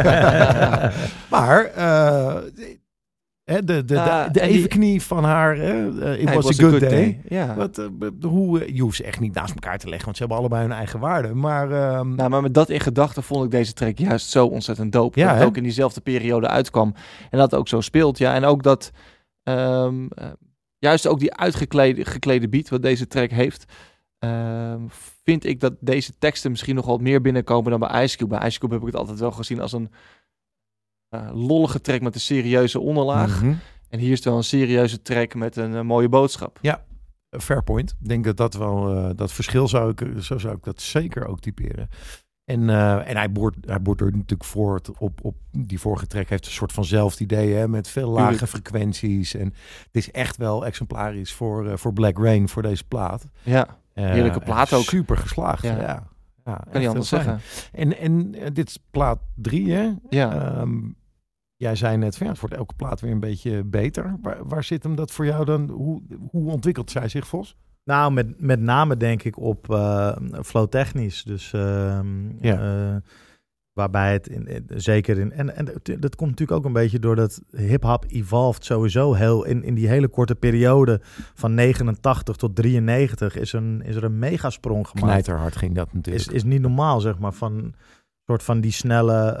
Maar uh, de, de, de, Uh, de, de en die- evenknie van haar, uh, uh, it Hey, was, was a good, day. Ja. Wat, uh, b- hoe, uh, je hoeft ze echt niet naast elkaar te leggen, want ze hebben allebei hun eigen waarde. Maar um, Nou, maar met dat in gedachten vond ik deze track juist zo ontzettend dope. Ja, dat hè? het ook in diezelfde periode uitkwam. En dat het ook zo speelt, ja. En ook dat... Um, uh, juist ook die uitgeklede geklede beat wat deze track heeft... Um, vind ik dat deze teksten misschien nog wat meer binnenkomen dan bij Ice Cube. Bij Ice Cube heb ik het altijd wel gezien als een uh, lollige track met een serieuze onderlaag. mm-hmm. En hier is het wel een serieuze track met een uh, mooie boodschap. Fair point. Ik denk dat dat wel, uh, dat verschil zou ik, zo zou ik dat zeker ook typeren. En, uh, en hij boort, hij boort er natuurlijk voort op, op die vorige track heeft een soort van zelfde idee, hè, met veel lage Tuurlijk. frequenties. En het is echt wel exemplarisch voor, uh, voor Black Rain, voor deze plaat. Ja, Uh, Heerlijke plaat en ook. Super geslaagd. Ja. Ja. Ja. Ja, kan niet anders zeggen. En, en uh, dit is plaat drie, hè? Ja. Um, jij zei net van ja, het wordt elke plaat weer een beetje beter. Waar, waar zit hem dat voor jou dan? Hoe, hoe ontwikkelt zij zich, Vos? Nou, met, met name denk ik op uh, flow-technisch. Dus uh, Ja. uh, waarbij het in, in, zeker in... En, en dat komt natuurlijk ook een beetje doordat hip-hop evolved sowieso heel... In, in die hele korte periode van negenentachtig tot drieënnegentig is, een, is er een megasprong gemaakt. Knijterhard ging dat natuurlijk. Is, is niet normaal, zeg maar, van... soort van die snelle,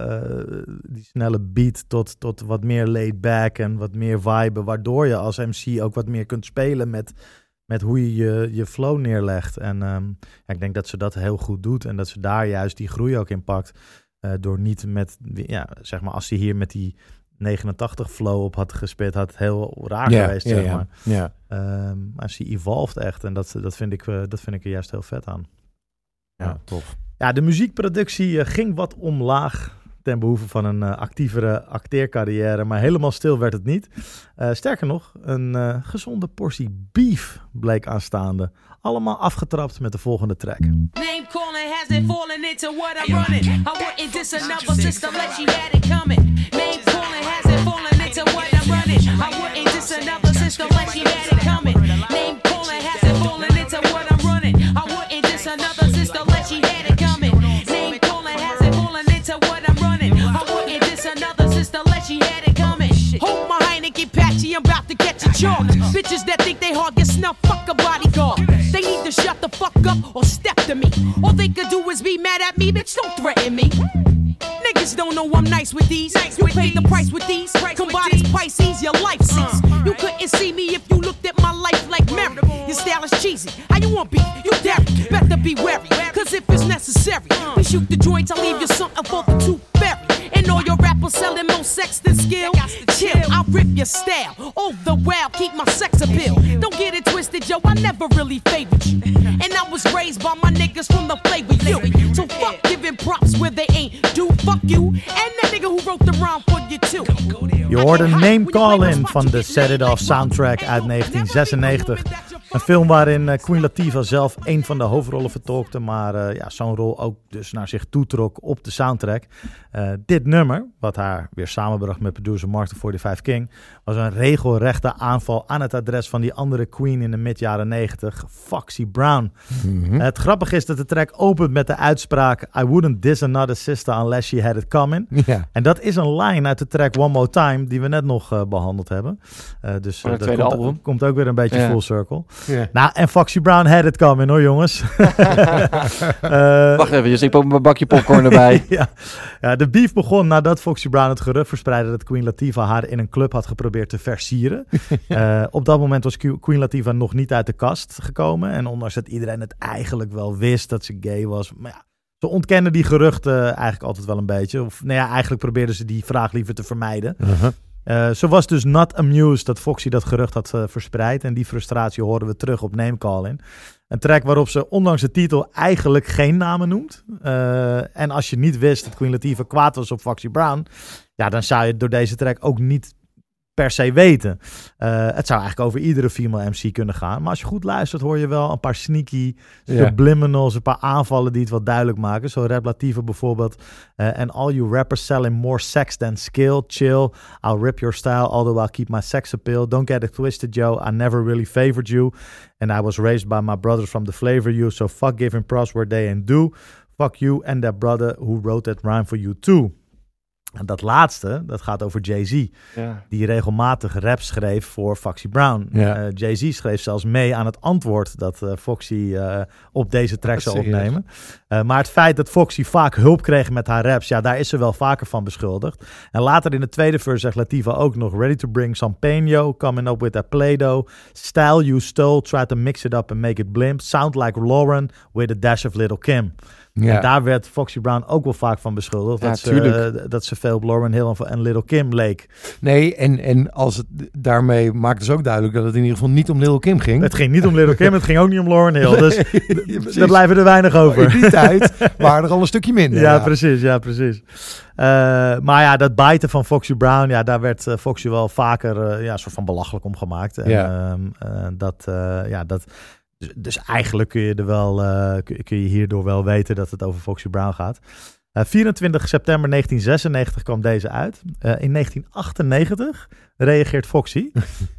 uh, die snelle beat tot, tot wat meer laid back en wat meer vibe, waardoor je als M C ook wat meer kunt spelen met, met hoe je je, je flow neerlegt. En um, ja, ik denk dat ze dat heel goed doet en dat ze daar juist die groei ook in pakt. Uh, door niet met, die, ja, zeg maar, als ze hier met die negenentachtig flow op had gespeeld, had het heel raar Ja, geweest, ja, zeg ja. maar. Ja. Um, maar ze evolved echt en dat, dat, vind ik, uh, dat vind ik er juist heel vet aan. Ja, tof. Ja, de muziekproductie uh, ging wat omlaag ten behoeve van een uh, actievere acteercarrière, maar helemaal stil werd het niet. Uh, sterker nog, een uh, gezonde portie beef bleek aanstaande. Allemaal afgetrapt met de volgende track. Name calling has it fallen into what I'm running. I wouldn't diss another sister unless she had it coming. Name calling has it fallen into what I'm running. I wouldn't diss another sister unless she had it coming. Name calling has it fallen into what I'm running. I wouldn't diss another sister unless she had it coming. Name calling has it fallen into what I'm running. I wouldn't diss another sister unless she had it coming. Hold my Heineken patchy, I'm about to catch a charge. Bitches that think they hard get snuffed, fuck a bodyguard. They need to shut the fuck up or step to me. All they could do is be mad at me, bitch, don't threaten me. Niggas don't know I'm nice with these. You paid the price with these. Combined Pisces, your life cease. You couldn't see me if you looked at my life like Mary. Your style is cheesy. How you want beef? You dare. Better be wary. Cause if it's necessary, we shoot the joints, I'll leave you something for the tooth fairy. And all your rappers selling more sex than skill. Chill, I'll rip your style. All the while, keep my sex appeal. Don't get it twisted, yo, I never really favored you. And I was raised by my niggas from the flavor you. So fuck giving props where they ain't do. Fuck you. And that nigga who wrote the rhyme for you too. Je hoorde Name Call-In van de Set It Off soundtrack uit negentien zesennegentig. Een film waarin Queen Latifah zelf een van de hoofdrollen vertolkte, maar uh, ja, zo'n rol ook dus naar zich toetrok op de soundtrack. Uh, dit nummer, wat haar weer samenbracht met producer Mark the vijfenveertig King, was een regelrechte aanval aan het adres van die andere Queen in de mid-jaren negentig, Foxy Brown. Mm-hmm. Uh, het grappige is dat de track opent met de uitspraak I wouldn't diss another sister unless she had it coming. Ja. En dat is een line uit de track One More Time die we net nog uh, behandeld hebben. Uh, dus uh, dat komt, album. komt ook weer een beetje Ja. full circle. Ja. Nou, en Foxy Brown had it coming hoor, jongens. uh, Wacht even, je zit ook een bakje popcorn erbij. ja. ja, de beef begon nadat Foxy Brown het gerucht verspreidde dat Queen Latifah haar in een club had geprobeerd te versieren. uh, op dat moment was Queen Latifah nog niet uit de kast gekomen. En ondanks dat iedereen het eigenlijk wel wist dat ze gay was. Maar ja, ze ontkenden die geruchten eigenlijk altijd wel een beetje. Of nou ja, eigenlijk probeerden ze die vraag liever te vermijden. Uh-huh. Uh, ze was dus not amused dat Foxy dat gerucht had uh, verspreid. En die frustratie horen we terug op Name Calling. Een track waarop ze ondanks de titel eigenlijk geen namen noemt. Uh, en als je niet wist dat Queen Latifah kwaad was op Foxy Brown, ja, dan zou je door deze track ook niet per se weten. Uh, het zou eigenlijk over iedere female M C kunnen gaan. Maar als je goed luistert hoor je wel een paar sneaky subliminals, een paar aanvallen die het wat duidelijk maken. Zo Rap Latifah bijvoorbeeld. Uh, and all you rappers selling more sex than skill. Chill. I'll rip your style, although I'll keep my sex appeal. Don't get it twisted, Joe. I never really favored you. And I was raised by my brothers from the flavor you. So fuck giving props where they ain't due. Fuck you and that brother who wrote that rhyme for you too. En dat laatste, dat gaat over Jay-Z. Ja. Die regelmatig rap schreef voor Foxy Brown. Ja. Uh, Jay-Z schreef zelfs mee aan het antwoord dat uh, Foxy uh, op deze track zou opnemen. Uh, maar het feit dat Foxy vaak hulp kreeg met haar raps, ja, daar is ze wel vaker van beschuldigd. En later in de tweede verse zegt Latifah ook nog: ready to bring some pain, yo, coming up with that Play-Doh. Style you stole, try to mix it up and make it blimp. Sound like Lauren with a dash of Little Kim. Ja. En daar werd Foxy Brown ook wel vaak van beschuldigd. Ja, dat, ze, uh, dat ze veel op Lauryn Hill en Little Kim leek. Nee, en, en als het, daarmee maakte ze ook duidelijk dat het in ieder geval niet om Little Kim ging. Het ging niet om Little Kim, het ging ook niet om Lauryn Hill. Dus nee, d- daar blijven er weinig over. In die tijd waren er al een stukje minder. Ja, ja. precies. Ja, precies. Uh, maar ja, dat bijten van Foxy Brown, ja, daar werd uh, Foxy wel vaker uh, ja, een soort van belachelijk om gemaakt. En, ja. Uh, uh, dat, uh, ja, dat... Dus, dus eigenlijk kun je, er wel, uh, kun je hierdoor wel weten dat het over Foxy Brown gaat. Uh, vierentwintig september negentien zesennegentig kwam deze uit. Uh, in negentien achtennegentig reageert Foxy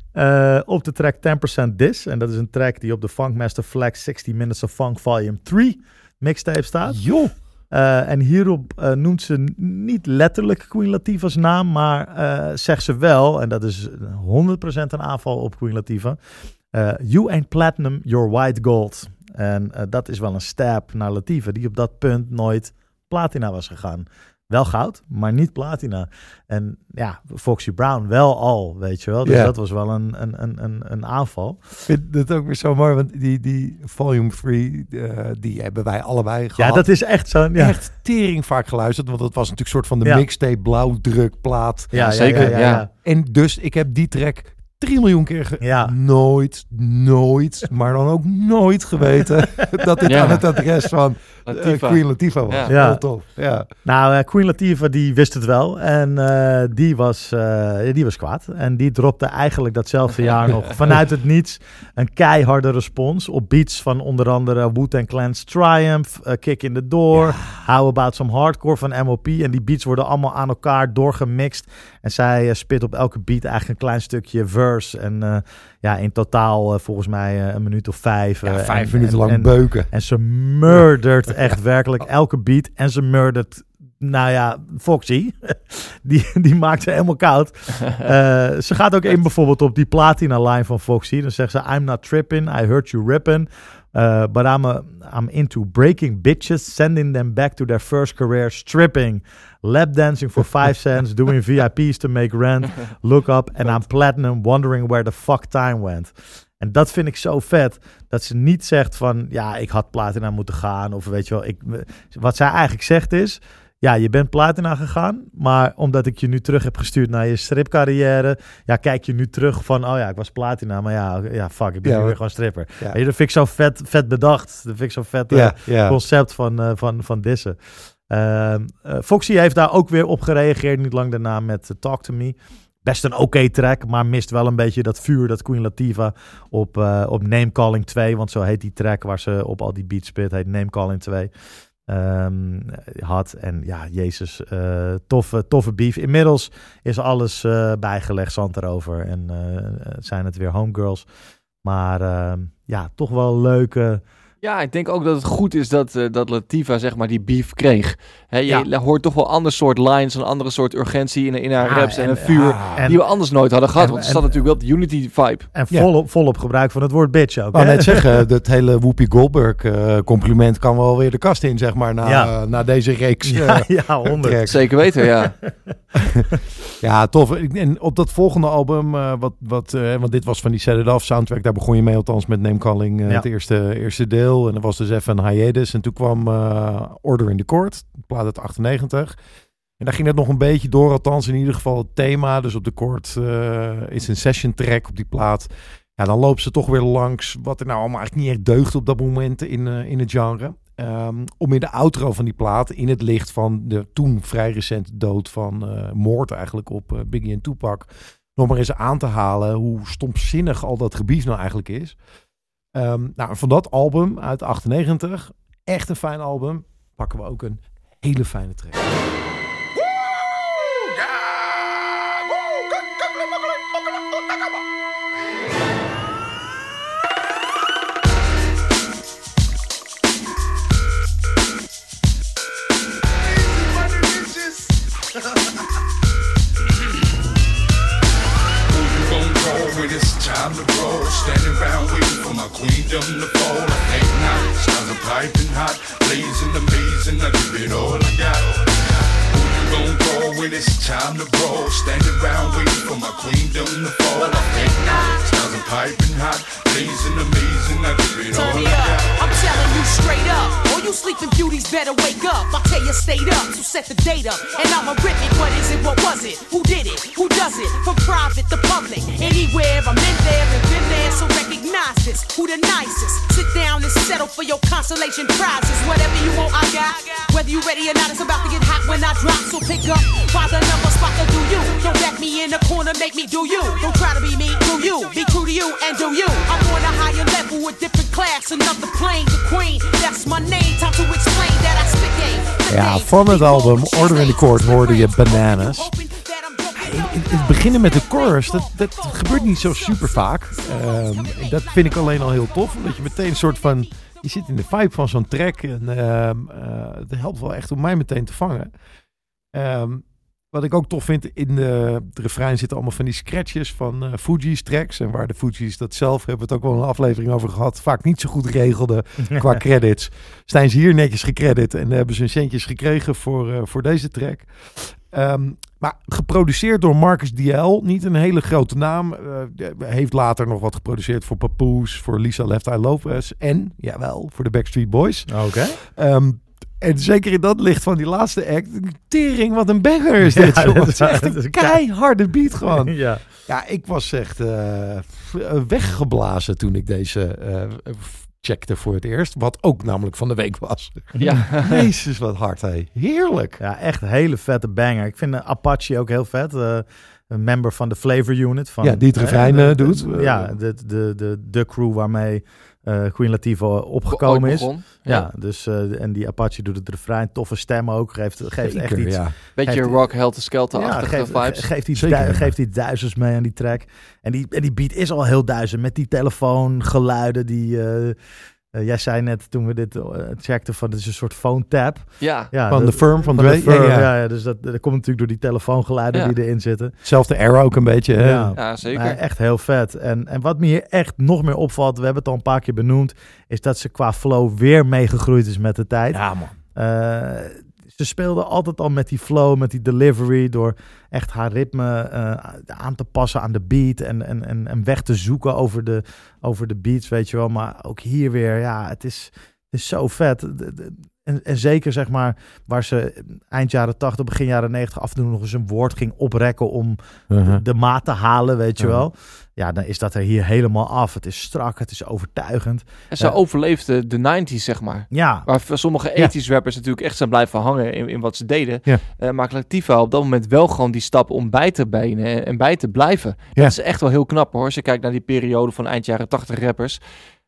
uh, op de track ten percent Dis. En dat is een track die op de Funkmaster Flex sixty Minutes of Funk Volume three mixtape staat. Joh! Uh, en hierop uh, noemt ze niet letterlijk Queen Latifah's naam, maar uh, zegt ze wel, en dat is honderd procent een aanval op Queen Latifah, Uh, you ain't platinum, you're white gold. En uh, dat is wel een stab naar Latifah, die op dat punt nooit platina was gegaan. Wel goud, maar niet platina. En ja, Foxy Brown wel al, weet je wel. Dus yeah. dat was wel een, een, een, een, een aanval. Ik vind dat ook weer zo mooi, want die, die Volume three, uh, die hebben wij allebei gehad. Ja, dat is echt zo. Ja. Echt tering vaak geluisterd, want dat was natuurlijk een soort van de ja. mixtape blauwdrukplaat. Ja, ja, zeker. Ja, ja, ja, ja. En dus ik heb die track drie miljoen keer ge- ja. nooit, nooit, maar dan ook nooit geweten dat dit ja. aan het adres van uh, Queen Latifah was. Ja. Ja. Heel tof. Ja. Nou, uh, Queen Latifah die wist het wel en uh, die, was, uh, die was kwaad. En die dropte eigenlijk datzelfde jaar nog vanuit het niets een keiharde respons op beats van onder andere Wu-Tang Clan's Triumph, uh, Kick in the Door, ja. How About Some Hardcore van M O P. En die beats worden allemaal aan elkaar doorgemixt. En zij uh, spit op elke beat eigenlijk een klein stukje verse. En uh, ja, in totaal uh, volgens mij uh, een minuut of vijf. Ja, uh, vijf en, minuten en, lang en, beuken. En ze murdert echt werkelijk elke beat. En ze murdert, nou ja, Foxy. die, die maakt ze helemaal koud. Uh, ze gaat ook in bijvoorbeeld op die platina line van Foxy. Dan zegt ze, I'm not tripping, I heard you ripping. Uh, but I'm, a, I'm into breaking bitches, sending them back to their first career, stripping, lap dancing for five cents, doing V I P's to make rent, look up and I'm platinum, wondering where the fuck time went. En dat vind ik zo vet, dat ze niet zegt van, ja, ik had platina moeten gaan, of weet je wel, ik, wat zij eigenlijk zegt is, ja, je bent platina gegaan, maar omdat ik je nu terug heb gestuurd naar je stripcarrière, ja, kijk je nu terug van, oh ja, ik was platina, maar ja, ja fuck, ik ben ja, nu weer gewoon stripper. Ja. Dat vind ik zo vet, vet bedacht. Dat vind ik zo vet ja, uh, ja. concept van, uh, van, van dissen. Uh, uh, Foxy heeft daar ook weer op gereageerd, niet lang daarna met uh, Talk to Me. Best een oké okay track, maar mist wel een beetje dat vuur dat Queen Latifah op, uh, op Name Calling two, want zo heet die track waar ze op al die beats spit, heet Name Calling two. Um, had. En ja, jezus, uh, toffe, toffe beef. Inmiddels is alles uh, bijgelegd, zand erover. En uh, zijn het weer homegirls. Maar uh, ja, toch wel leuke... Ja, ik denk ook dat het goed is dat, uh, dat Latifah zeg maar die beef kreeg. He, je ja. hoort toch wel een ander soort lines, een andere soort urgentie in, in haar ja, raps en, en een vuur ja, en, die we anders nooit hadden gehad. En, want er staat natuurlijk wel de Unity vibe. En volop, ja. volop gebruik van het woord bitch ook. Ik wou net zeggen, dat hele Whoopi Goldberg uh, compliment kan wel weer de kast in, zeg maar, na, ja. uh, na deze reeks. Uh, ja, ja, honderd. Zeker weten, ja. Ja, tof. En op dat volgende album, uh, wat, wat, uh, want dit was van die Set It Off soundtrack, daar begon je mee althans met Name Calling, uh, ja. het eerste, eerste deel. En er was dus even een hiatus. En toen kwam uh, Order in the Court, plaat uit achtennegentig. En daar ging het nog een beetje door, althans in ieder geval het thema. Dus op de koord uh, is een session track op die plaat. Ja, dan loopt ze toch weer langs wat er nou allemaal eigenlijk niet echt deugt op dat moment in, uh, in het genre. Um, om in de outro van die plaat, in het licht van de toen vrij recente dood van uh, moord eigenlijk op uh, Biggie en Tupac, nog maar eens aan te halen hoe stomzinnig al dat gebied nou eigenlijk is. Um, nou, van dat album uit achtennegentig, echt een fijn album, pakken we ook een hele fijne track. Time to roll, standing around waiting for my queendom to fall. I think now, stars are piping hot, blazing, amazing, I give it all I got. Who you gon' call when it's time to roll? Standing around waiting for my queendom to fall. I think now, stars are piping hot, blazing, amazing, I give it all I got. I'm telling you straight up, all you sleeping beauties better wake up. I tell you stayed up, so set the date up. And I'ma rip it, what is it, what was it? Who did it, who does it? From private to public, anywhere I'm in there and been there, so recognize this. Who the nicest? Sit down and settle for your consolation prizes. Whatever you want, I got. Whether you ready or not, it's about to get hot when I drop, so pick up. Find the number spot to do you. Don't back me in the corner, make me do you. Don't try to be me, do you. Be true to you and do you. I'm on a higher level, a different class, another plane, the queen. That's my name, time to explain that I spit game. Ja, van het album Order in the Court hoorde je Bananas. Het beginnen met de chorus, dat, dat gebeurt niet zo super vaak. Um, dat vind ik alleen al heel tof, omdat je meteen een soort van... Je zit in de vibe van zo'n track en uh, uh, het helpt wel echt om mij meteen te vangen. Um, wat ik ook tof vind, in de, de refrein zitten allemaal van die scratches van uh, Fugees tracks. En waar de Fugees dat zelf, hebben we het ook wel een aflevering over gehad, vaak niet zo goed regelden qua credits. Zijn ze hier netjes gecredit en hebben ze hun centjes gekregen voor, uh, voor deze track. Um, maar geproduceerd door Marcus D L, niet een hele grote naam. Uh, heeft later nog wat geproduceerd voor Papoose, voor Lisa Left Eye Lopez en, jawel, voor de Backstreet Boys. Oké. Okay. Um, en zeker in dat licht van die laatste act, tering, wat een banger is dit. Ja, dat is echt een keiharde beat gewoon. Ja. Ja, ik was echt uh, weggeblazen toen ik deze uh, checkte voor het eerst. Wat ook namelijk van de week was. Ja. Jezus, wat hard, hé. Heerlijk. Ja, echt een hele vette banger. Ik vind uh, Apache ook heel vet. Uh, een member van de Flavor Unit. Van, ja, die het refrein uh, doet. Ja, de, de, de, de crew waarmee uh, Queen Latifah opgekomen is. Ja, ja, dus uh, en die Apache doet het refrein. Toffe stem ook. Geeft, geeft Zeker, echt iets. Ja. Beetje rock, helter skelter-achtige ja, vibes. Geeft iets, du- geeft iets duizends mee aan die track. En die, en die beat is al heel duizend. Met die telefoongeluiden die... Uh, Uh, jij zei net toen we dit uh, checkten van het is een soort phone tap. Ja, ja van de firm van, van de firm. Ja, ja. Ja, ja, dus dat, dat komt natuurlijk door die telefoongeluiden ja. die erin zitten. Zelfde era ook een beetje. Hè? Ja, ja zeker. Maar echt heel vet. En, en wat me hier echt nog meer opvalt, we hebben het al een paar keer benoemd, is dat ze qua flow weer meegegroeid is met de tijd. Ja, man. Uh, ze speelde altijd al met die flow, met die delivery, door echt haar ritme uh, aan te passen aan de beat en, en, en, en weg te zoeken over de, over de beats, weet je wel. Maar ook hier weer, ja, het is, het is zo vet. En, en zeker, zeg maar, waar ze eind jaren tachtig, begin jaren negentig af en toe nog eens een woord ging oprekken om uh-huh. de, de maat te halen, weet je uh-huh. wel. Ja, dan is dat er hier helemaal af. Het is strak, het is overtuigend. En ze uh, overleefde de negentig, zeg maar. Ja. Waar sommige ethisch ja. rappers natuurlijk echt zijn blijven hangen in, in wat ze deden. Ja. Uh, maar Latifah op dat moment wel gewoon die stap om bij te benen en, en bij te blijven. Ja. Dat is echt wel heel knap, hoor. Als je kijkt naar die periode van eind jaren tachtig rappers.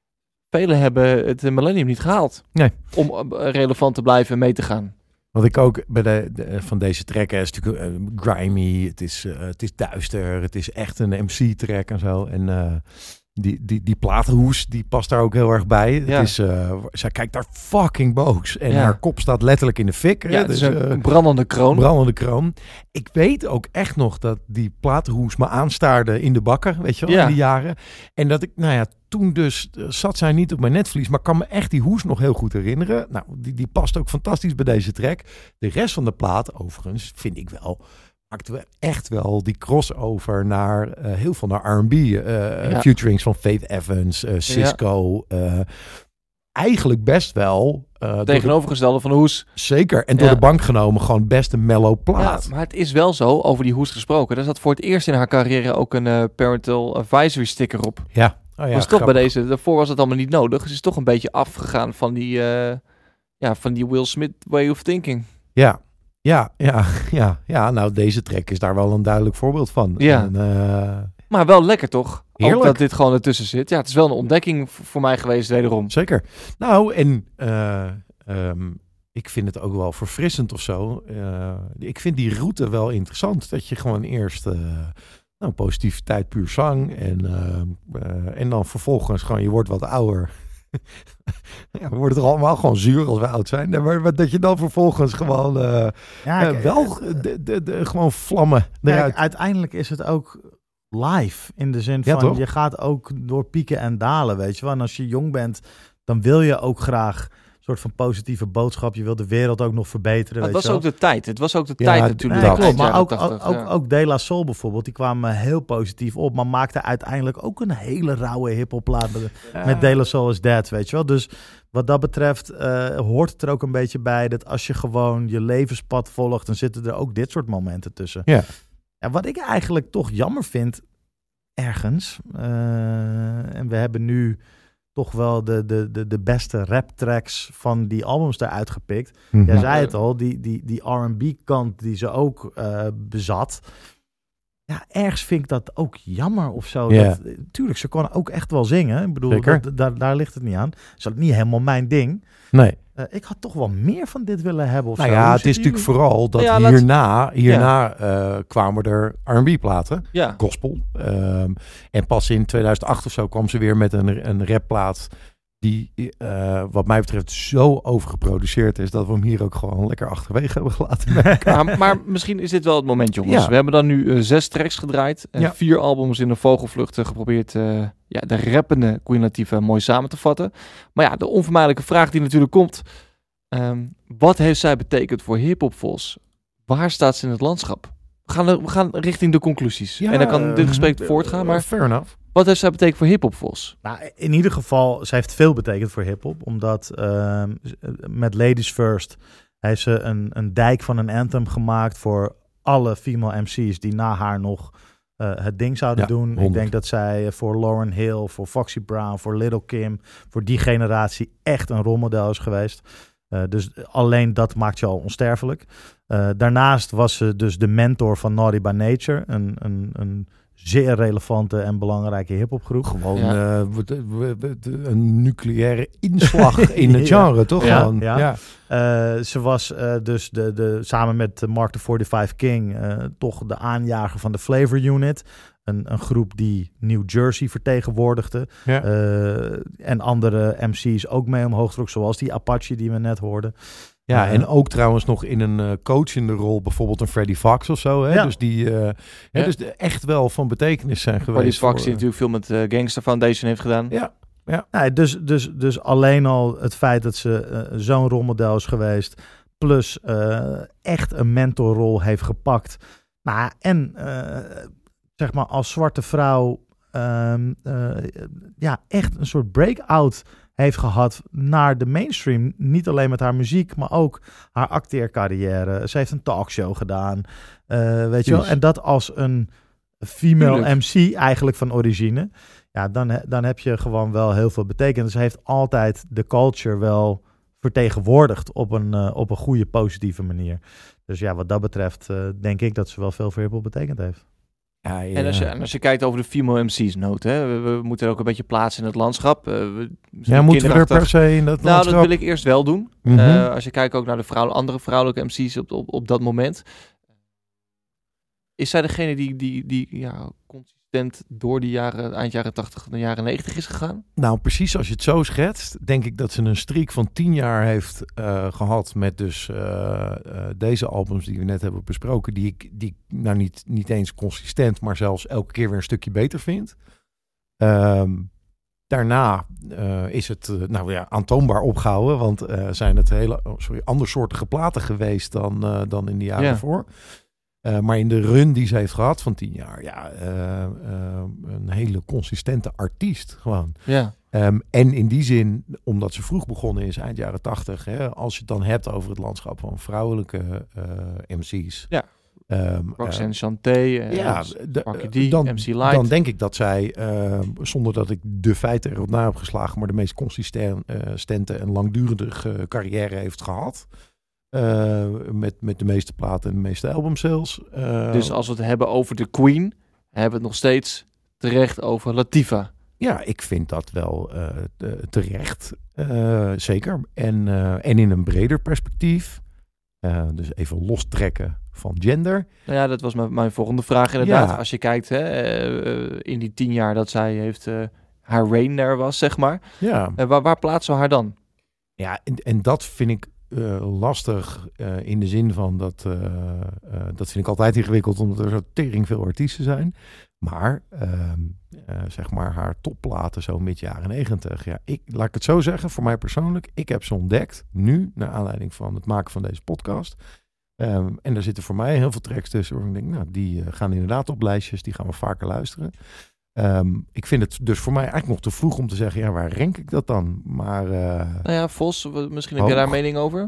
Velen hebben het millennium niet gehaald. Nee. Om uh, relevant te blijven en mee te gaan. Wat ik ook bij de, de van deze track is natuurlijk uh, grimy, het is, uh, het is duister, het is echt een M C-track en zo. En uh, die, die, die platenhoes, die past daar ook heel erg bij. Ja. Het is, uh, zij kijkt daar fucking boos. En ja. haar kop staat letterlijk in de fik. Ja, het dus, is een uh, brandende kroon. Brandende kroon. Ik weet ook echt nog dat die platenhoes me aanstaarde in de bakker, weet je wel, ja. in die jaren. En dat ik, nou ja, toen dus uh, zat zij niet op mijn netvlies, maar kan me echt die hoes nog heel goed herinneren. Nou, die, die past ook fantastisch bij deze track. De rest van de plaat, overigens, vind ik wel, maakten we echt wel die crossover naar uh, heel veel naar R en B. Uh, ja. Featurings van Faith Evans, uh, Sisqó. Ja. Uh, eigenlijk best wel Uh, door Tegenovergestelde van de hoes. de, zeker. En door Ja. de bank genomen gewoon best een mellow plaat. Ja, maar het is wel zo, over die hoes gesproken. Er zat voor het eerst in haar carrière ook een uh, parental advisory sticker op. Ja. Oh ja, was toch grappig. bij deze, daarvoor was het allemaal niet nodig. Ze is toch een beetje afgegaan van die, uh, ja, van die Will Smith way of thinking. Ja. Ja, ja, ja, ja. Nou, deze track is daar wel een duidelijk voorbeeld van. Ja. En, uh, Maar wel lekker toch? Heerlijk. Ook dat dit gewoon ertussen zit. Ja, het is wel een ontdekking v- voor mij geweest wederom. Zeker. Nou, en uh, um, ik vind het ook wel verfrissend of zo. Uh, ik vind die route wel interessant. Dat je gewoon eerst uh, nou, positiviteit puur zang. En, uh, uh, en dan vervolgens gewoon, je wordt wat ouder. Ja, we worden er allemaal gewoon zuur als we oud zijn. Maar dat je dan vervolgens gewoon uh, Ja, uh, wel de, de, de, gewoon vlammen eruit. Kijk, uiteindelijk is het ook live. In de zin Ja, van, toch? je gaat ook door pieken en dalen, weet je wel. En als je jong bent, dan wil je ook graag een soort van positieve boodschap. Je wil de wereld ook nog verbeteren, Maar het weet was je ook wel. de tijd. Het was ook de Ja, tijd d- natuurlijk. Nee, dat. klopt. Maar Eind ook, jaren ook, tachtig, ook, ja. ook De La Soul bijvoorbeeld, die kwamen heel positief op, maar maakte uiteindelijk ook een hele rauwe hiphopplaat met, met De La Soul is Dead, weet je wel. Dus wat dat betreft uh, hoort het er ook een beetje bij dat als je gewoon je levenspad volgt, dan zitten er ook dit soort momenten tussen. Ja. En wat ik eigenlijk toch jammer vind, ergens, uh, en we hebben nu toch wel de, de, de, de beste rap tracks van die albums eruit gepikt. Mhm. Jij zei het al, die, die, die R en B kant die ze ook uh, bezat. Ja, ergens vind ik dat ook jammer of zo. Ja. Dat, tuurlijk, ze kon ook echt wel zingen. Ik bedoel, Zeker. dat, daar, daar ligt het niet aan. Is dat niet helemaal mijn ding. Nee. Uh, ik had toch wel meer van dit willen hebben of Nou zo. ja, Hoe het is zitten natuurlijk vooral dat Ja, laat- hierna, hierna uh, kwamen er R en B platen. Ja. Gospel. Um, en pas in tweeduizend acht of zo kwam ze weer met een, een rapplaat die uh, wat mij betreft zo overgeproduceerd is dat we hem hier ook gewoon lekker achterwege hebben gelaten. Maar, maar misschien is dit wel het moment, jongens. Ja. We hebben dan nu uh, zes tracks gedraaid. En Ja. vier albums in de vogelvlucht uh, geprobeerd uh, ja, de rappende Queen Latifah mooi samen te vatten. Maar ja, de onvermijdelijke vraag die natuurlijk komt. Um, wat heeft zij betekend voor hiphop Vos? Waar staat ze in het landschap? We gaan, we gaan richting de conclusies. Ja, en dan kan dit gesprek uh, voortgaan. Maar fair enough. wat heeft zij betekend voor hiphop Vos? Nou, in ieder geval, ze heeft veel betekend voor hiphop. Omdat uh, met Ladies First heeft ze een, een dijk van een anthem gemaakt voor alle female M C's die na haar nog uh, het ding zouden Ja, doen. honderd. Ik denk dat zij voor Lauryn Hill, voor Foxy Brown, voor Little Kim, voor die generatie echt een rolmodel is geweest. Uh, dus alleen dat maakt je al onsterfelijk. Uh, daarnaast was ze dus de mentor van Naughty by Nature. Een, een, een zeer relevante en belangrijke hiphopgroep. Gewoon Ja. uh, we- we- we- we- een nucleaire inslag in het Ja. genre, toch? Ja, Gewoon, ja. ja. Uh, ze was uh, dus de, de, samen met Mark de vijfenveertig King uh, toch de aanjager van de Flavor Unit. Een, een groep die New Jersey vertegenwoordigde. Ja. Uh, en andere M C's ook mee omhoog trok, zoals die Apache die we net hoorden. Ja, Uh, en ook trouwens nog in een uh, coachende rol, bijvoorbeeld een Freddie Fox of zo. Hè? Ja. Dus die uh, Ja. hè, dus de- echt wel van betekenis zijn geweest. Freddie Fox voor, die natuurlijk veel met uh, Gangster Foundation heeft gedaan. Ja, Nee, dus, dus, dus alleen al het feit dat ze uh, zo'n rolmodel is geweest, plus uh, echt een mentorrol heeft gepakt. Nou, en uh, zeg maar als zwarte vrouw um, uh, ja, echt een soort breakout heeft gehad naar de mainstream. Niet alleen met haar muziek, maar ook haar acteercarrière. Ze heeft een talkshow gedaan, uh, weet je wel. En dat als een female Tuurlijk. M C eigenlijk van origine. Ja, dan, he- dan heb je gewoon wel heel veel betekend. Ze heeft altijd de culture wel vertegenwoordigd op een, uh, op een goede, positieve manier. Dus ja, wat dat betreft uh, denk ik dat ze wel veel voor hiphop betekend heeft. ja, ja. En als, je, en als je kijkt over de female M C's noot, hè, we, we moeten er ook een beetje plaatsen in het landschap. Uh, we, Ja, moeten we er per kinderachtig- se in dat Nou, landschap? dat wil ik eerst wel doen. Mhm. Uh, als je kijkt ook naar de vrouw, andere vrouwelijke M C's op, op, op dat moment. Is zij degene die, die, die ja, consistent door de jaren, eind jaren tachtig en de jaren negentig is gegaan? Nou, precies als je het zo schetst, denk ik dat ze een streak van tien jaar heeft uh, gehad met dus uh, uh, deze albums die we net hebben besproken, die ik, die ik nou niet, niet eens consistent, maar zelfs elke keer weer een stukje beter vind. Um, daarna uh, is het uh, nou ja, aantoonbaar opgehouden, want uh, zijn het hele oh, sorry, andersoortige platen geweest dan, uh, dan in de jaren Ja. voor. Uh, maar in de run die ze heeft gehad van tien jaar, ja, uh, uh, een hele consistente artiest gewoon. Ja. Um, en in die zin, omdat ze vroeg begonnen is, eind jaren tachtig, hè, als je het dan hebt over het landschap van vrouwelijke uh, M C's. Ja. Um, Roxanne uh, Shante, uh, ja, de, dan, M C Light. Dan denk ik dat zij, uh, zonder dat ik de feiten erop na heb geslagen, maar de meest consistente en langdurige carrière heeft gehad. Uh, met, met de meeste platen en de meeste albumsales. Uh, dus als we het hebben over de Queen, hebben we het nog steeds terecht over Latifah. Ja, ik vind dat wel uh, terecht. Uh, zeker. En, uh, en in een breder perspectief. Uh, dus even lostrekken van gender. Nou ja, dat was mijn, mijn volgende vraag inderdaad. Ja. Als je kijkt hè, uh, in die tien jaar dat zij heeft uh, haar reign daar was, zeg maar. Ja. Uh, waar, waar plaatsen we haar dan? Ja, en, en dat vind ik uh, lastig uh, in de zin van dat... Uh, uh, dat vind ik altijd ingewikkeld, omdat er zo tering veel artiesten zijn. Maar, uh, uh, zeg maar, haar topplaten zo mid jaren negentig. Ja, ik, laat ik het zo zeggen, voor mij persoonlijk. Ik heb ze ontdekt, nu, naar aanleiding van het maken van deze podcast. Um, en er zitten voor mij heel veel tracks tussen. Waar ik denk, nou, die uh, gaan inderdaad op lijstjes. Die gaan we vaker luisteren. Um, ik vind het dus voor mij eigenlijk nog te vroeg om te zeggen, ja, waar rank ik dat dan? Maar... Uh, nou ja, Vos, misschien hoog. heb je daar mening over?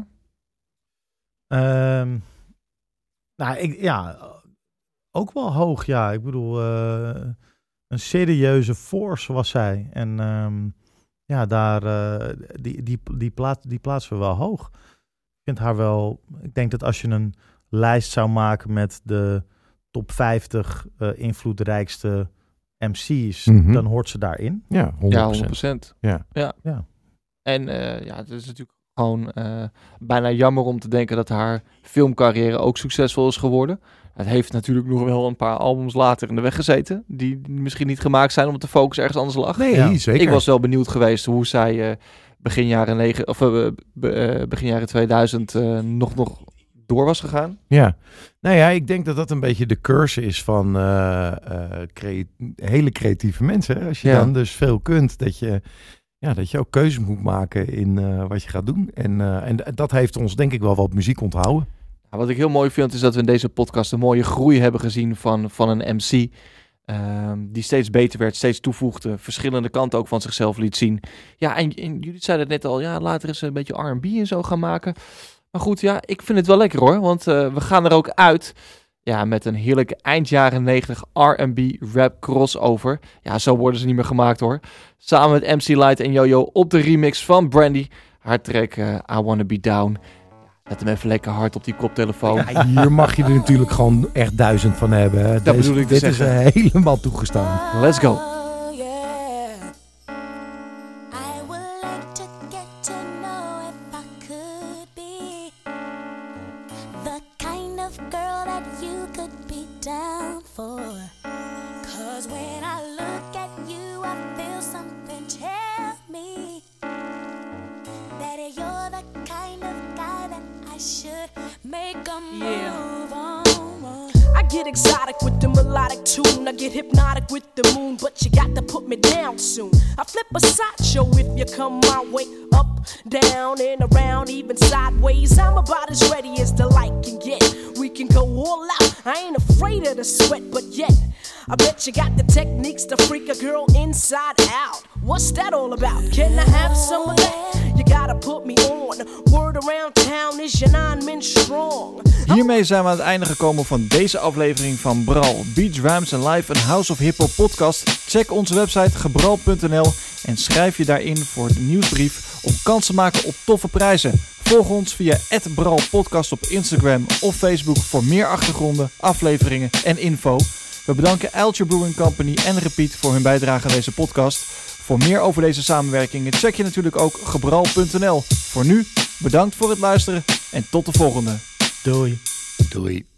Um, nou, ik, ja... Ook wel hoog, ja. Ik bedoel, uh, een serieuze force was zij. En um, ja, daar, uh, die, die, die, plaat, die plaatsen we wel hoog. Ik vind haar wel... Ik denk dat als je een lijst zou maken met de top vijftig uh, invloedrijkste M C's, mm-hmm. dan hoort ze daarin. Ja, honderd procent. Ja, honderd procent. Ja. Ja. ja. En uh, ja, het is natuurlijk gewoon uh, bijna jammer om te denken dat haar filmcarrière ook succesvol is geworden. Het heeft natuurlijk nog wel een paar albums later in de weg gezeten. Die misschien niet gemaakt zijn omdat de focus ergens anders lag. Nee, ja. zeker. Ik was wel benieuwd geweest hoe zij uh, begin jaren negen of uh, be, uh, begin jaren tweeduizend uh, nog, nog door was gegaan. Ja, nou ja, ik denk dat dat een beetje de curse is van uh, uh, crea- hele creatieve mensen. Hè? Als je ja. dan dus veel kunt, dat je... Ja, dat je ook keuzes moet maken in uh, wat je gaat doen. En, uh, en dat heeft ons denk ik wel wat muziek onthouden. Ja, wat ik heel mooi vind is dat we in deze podcast een mooie groei hebben gezien van, van een M C. Uh, die steeds beter werd, steeds toevoegde. Verschillende kanten ook van zichzelf liet zien. Ja, en, en jullie zeiden het net al, ja, later is ze een beetje R en B en zo gaan maken. Maar goed, ja, ik vind het wel lekker hoor. Want uh, we gaan er ook uit... Ja, met een heerlijke eind jaren negentig R en B rap crossover. Ja, zo worden ze niet meer gemaakt hoor. Samen met M C Light en Yo-Yo op de remix van Brandy. Haar track uh, I Wanna Be Down. Zet hem even lekker hard op die koptelefoon. Ja, hier mag je er natuurlijk gewoon echt duizend van hebben. Hè. Dat Deze, bedoel ik te dit zeggen. is uh, helemaal toegestaan. Let's go. Exotic with the melodic tune. I get hypnotic with the moon, but you got to put me down soon. I flip a sideshow if you come my way. Up, down, and around, even sideways. I'm about as ready as the light can get. We can go all out. I ain't afraid of the sweat, but yet I bet you got the techniques to freak a girl inside out. What's that all about? Can I have some of that? You gotta put me on. Word around town is your nine men strong. Hiermee zijn we aan het einde gekomen van deze aflevering van Bral, Beats, Rhymes and Live, een House of Hip Hop podcast. Check onze website gebral punt n l en schrijf je daarin voor de nieuwsbrief om kans te maken op toffe prijzen. Volg ons via at bral podcast op Instagram of Facebook voor meer achtergronden, afleveringen en info. We bedanken Alger Brewing Company en Repeat voor hun bijdrage aan deze podcast. Voor meer over deze samenwerkingen check je natuurlijk ook gebral punt n l. Voor nu, bedankt voor het luisteren en tot de volgende. Doei. Doei.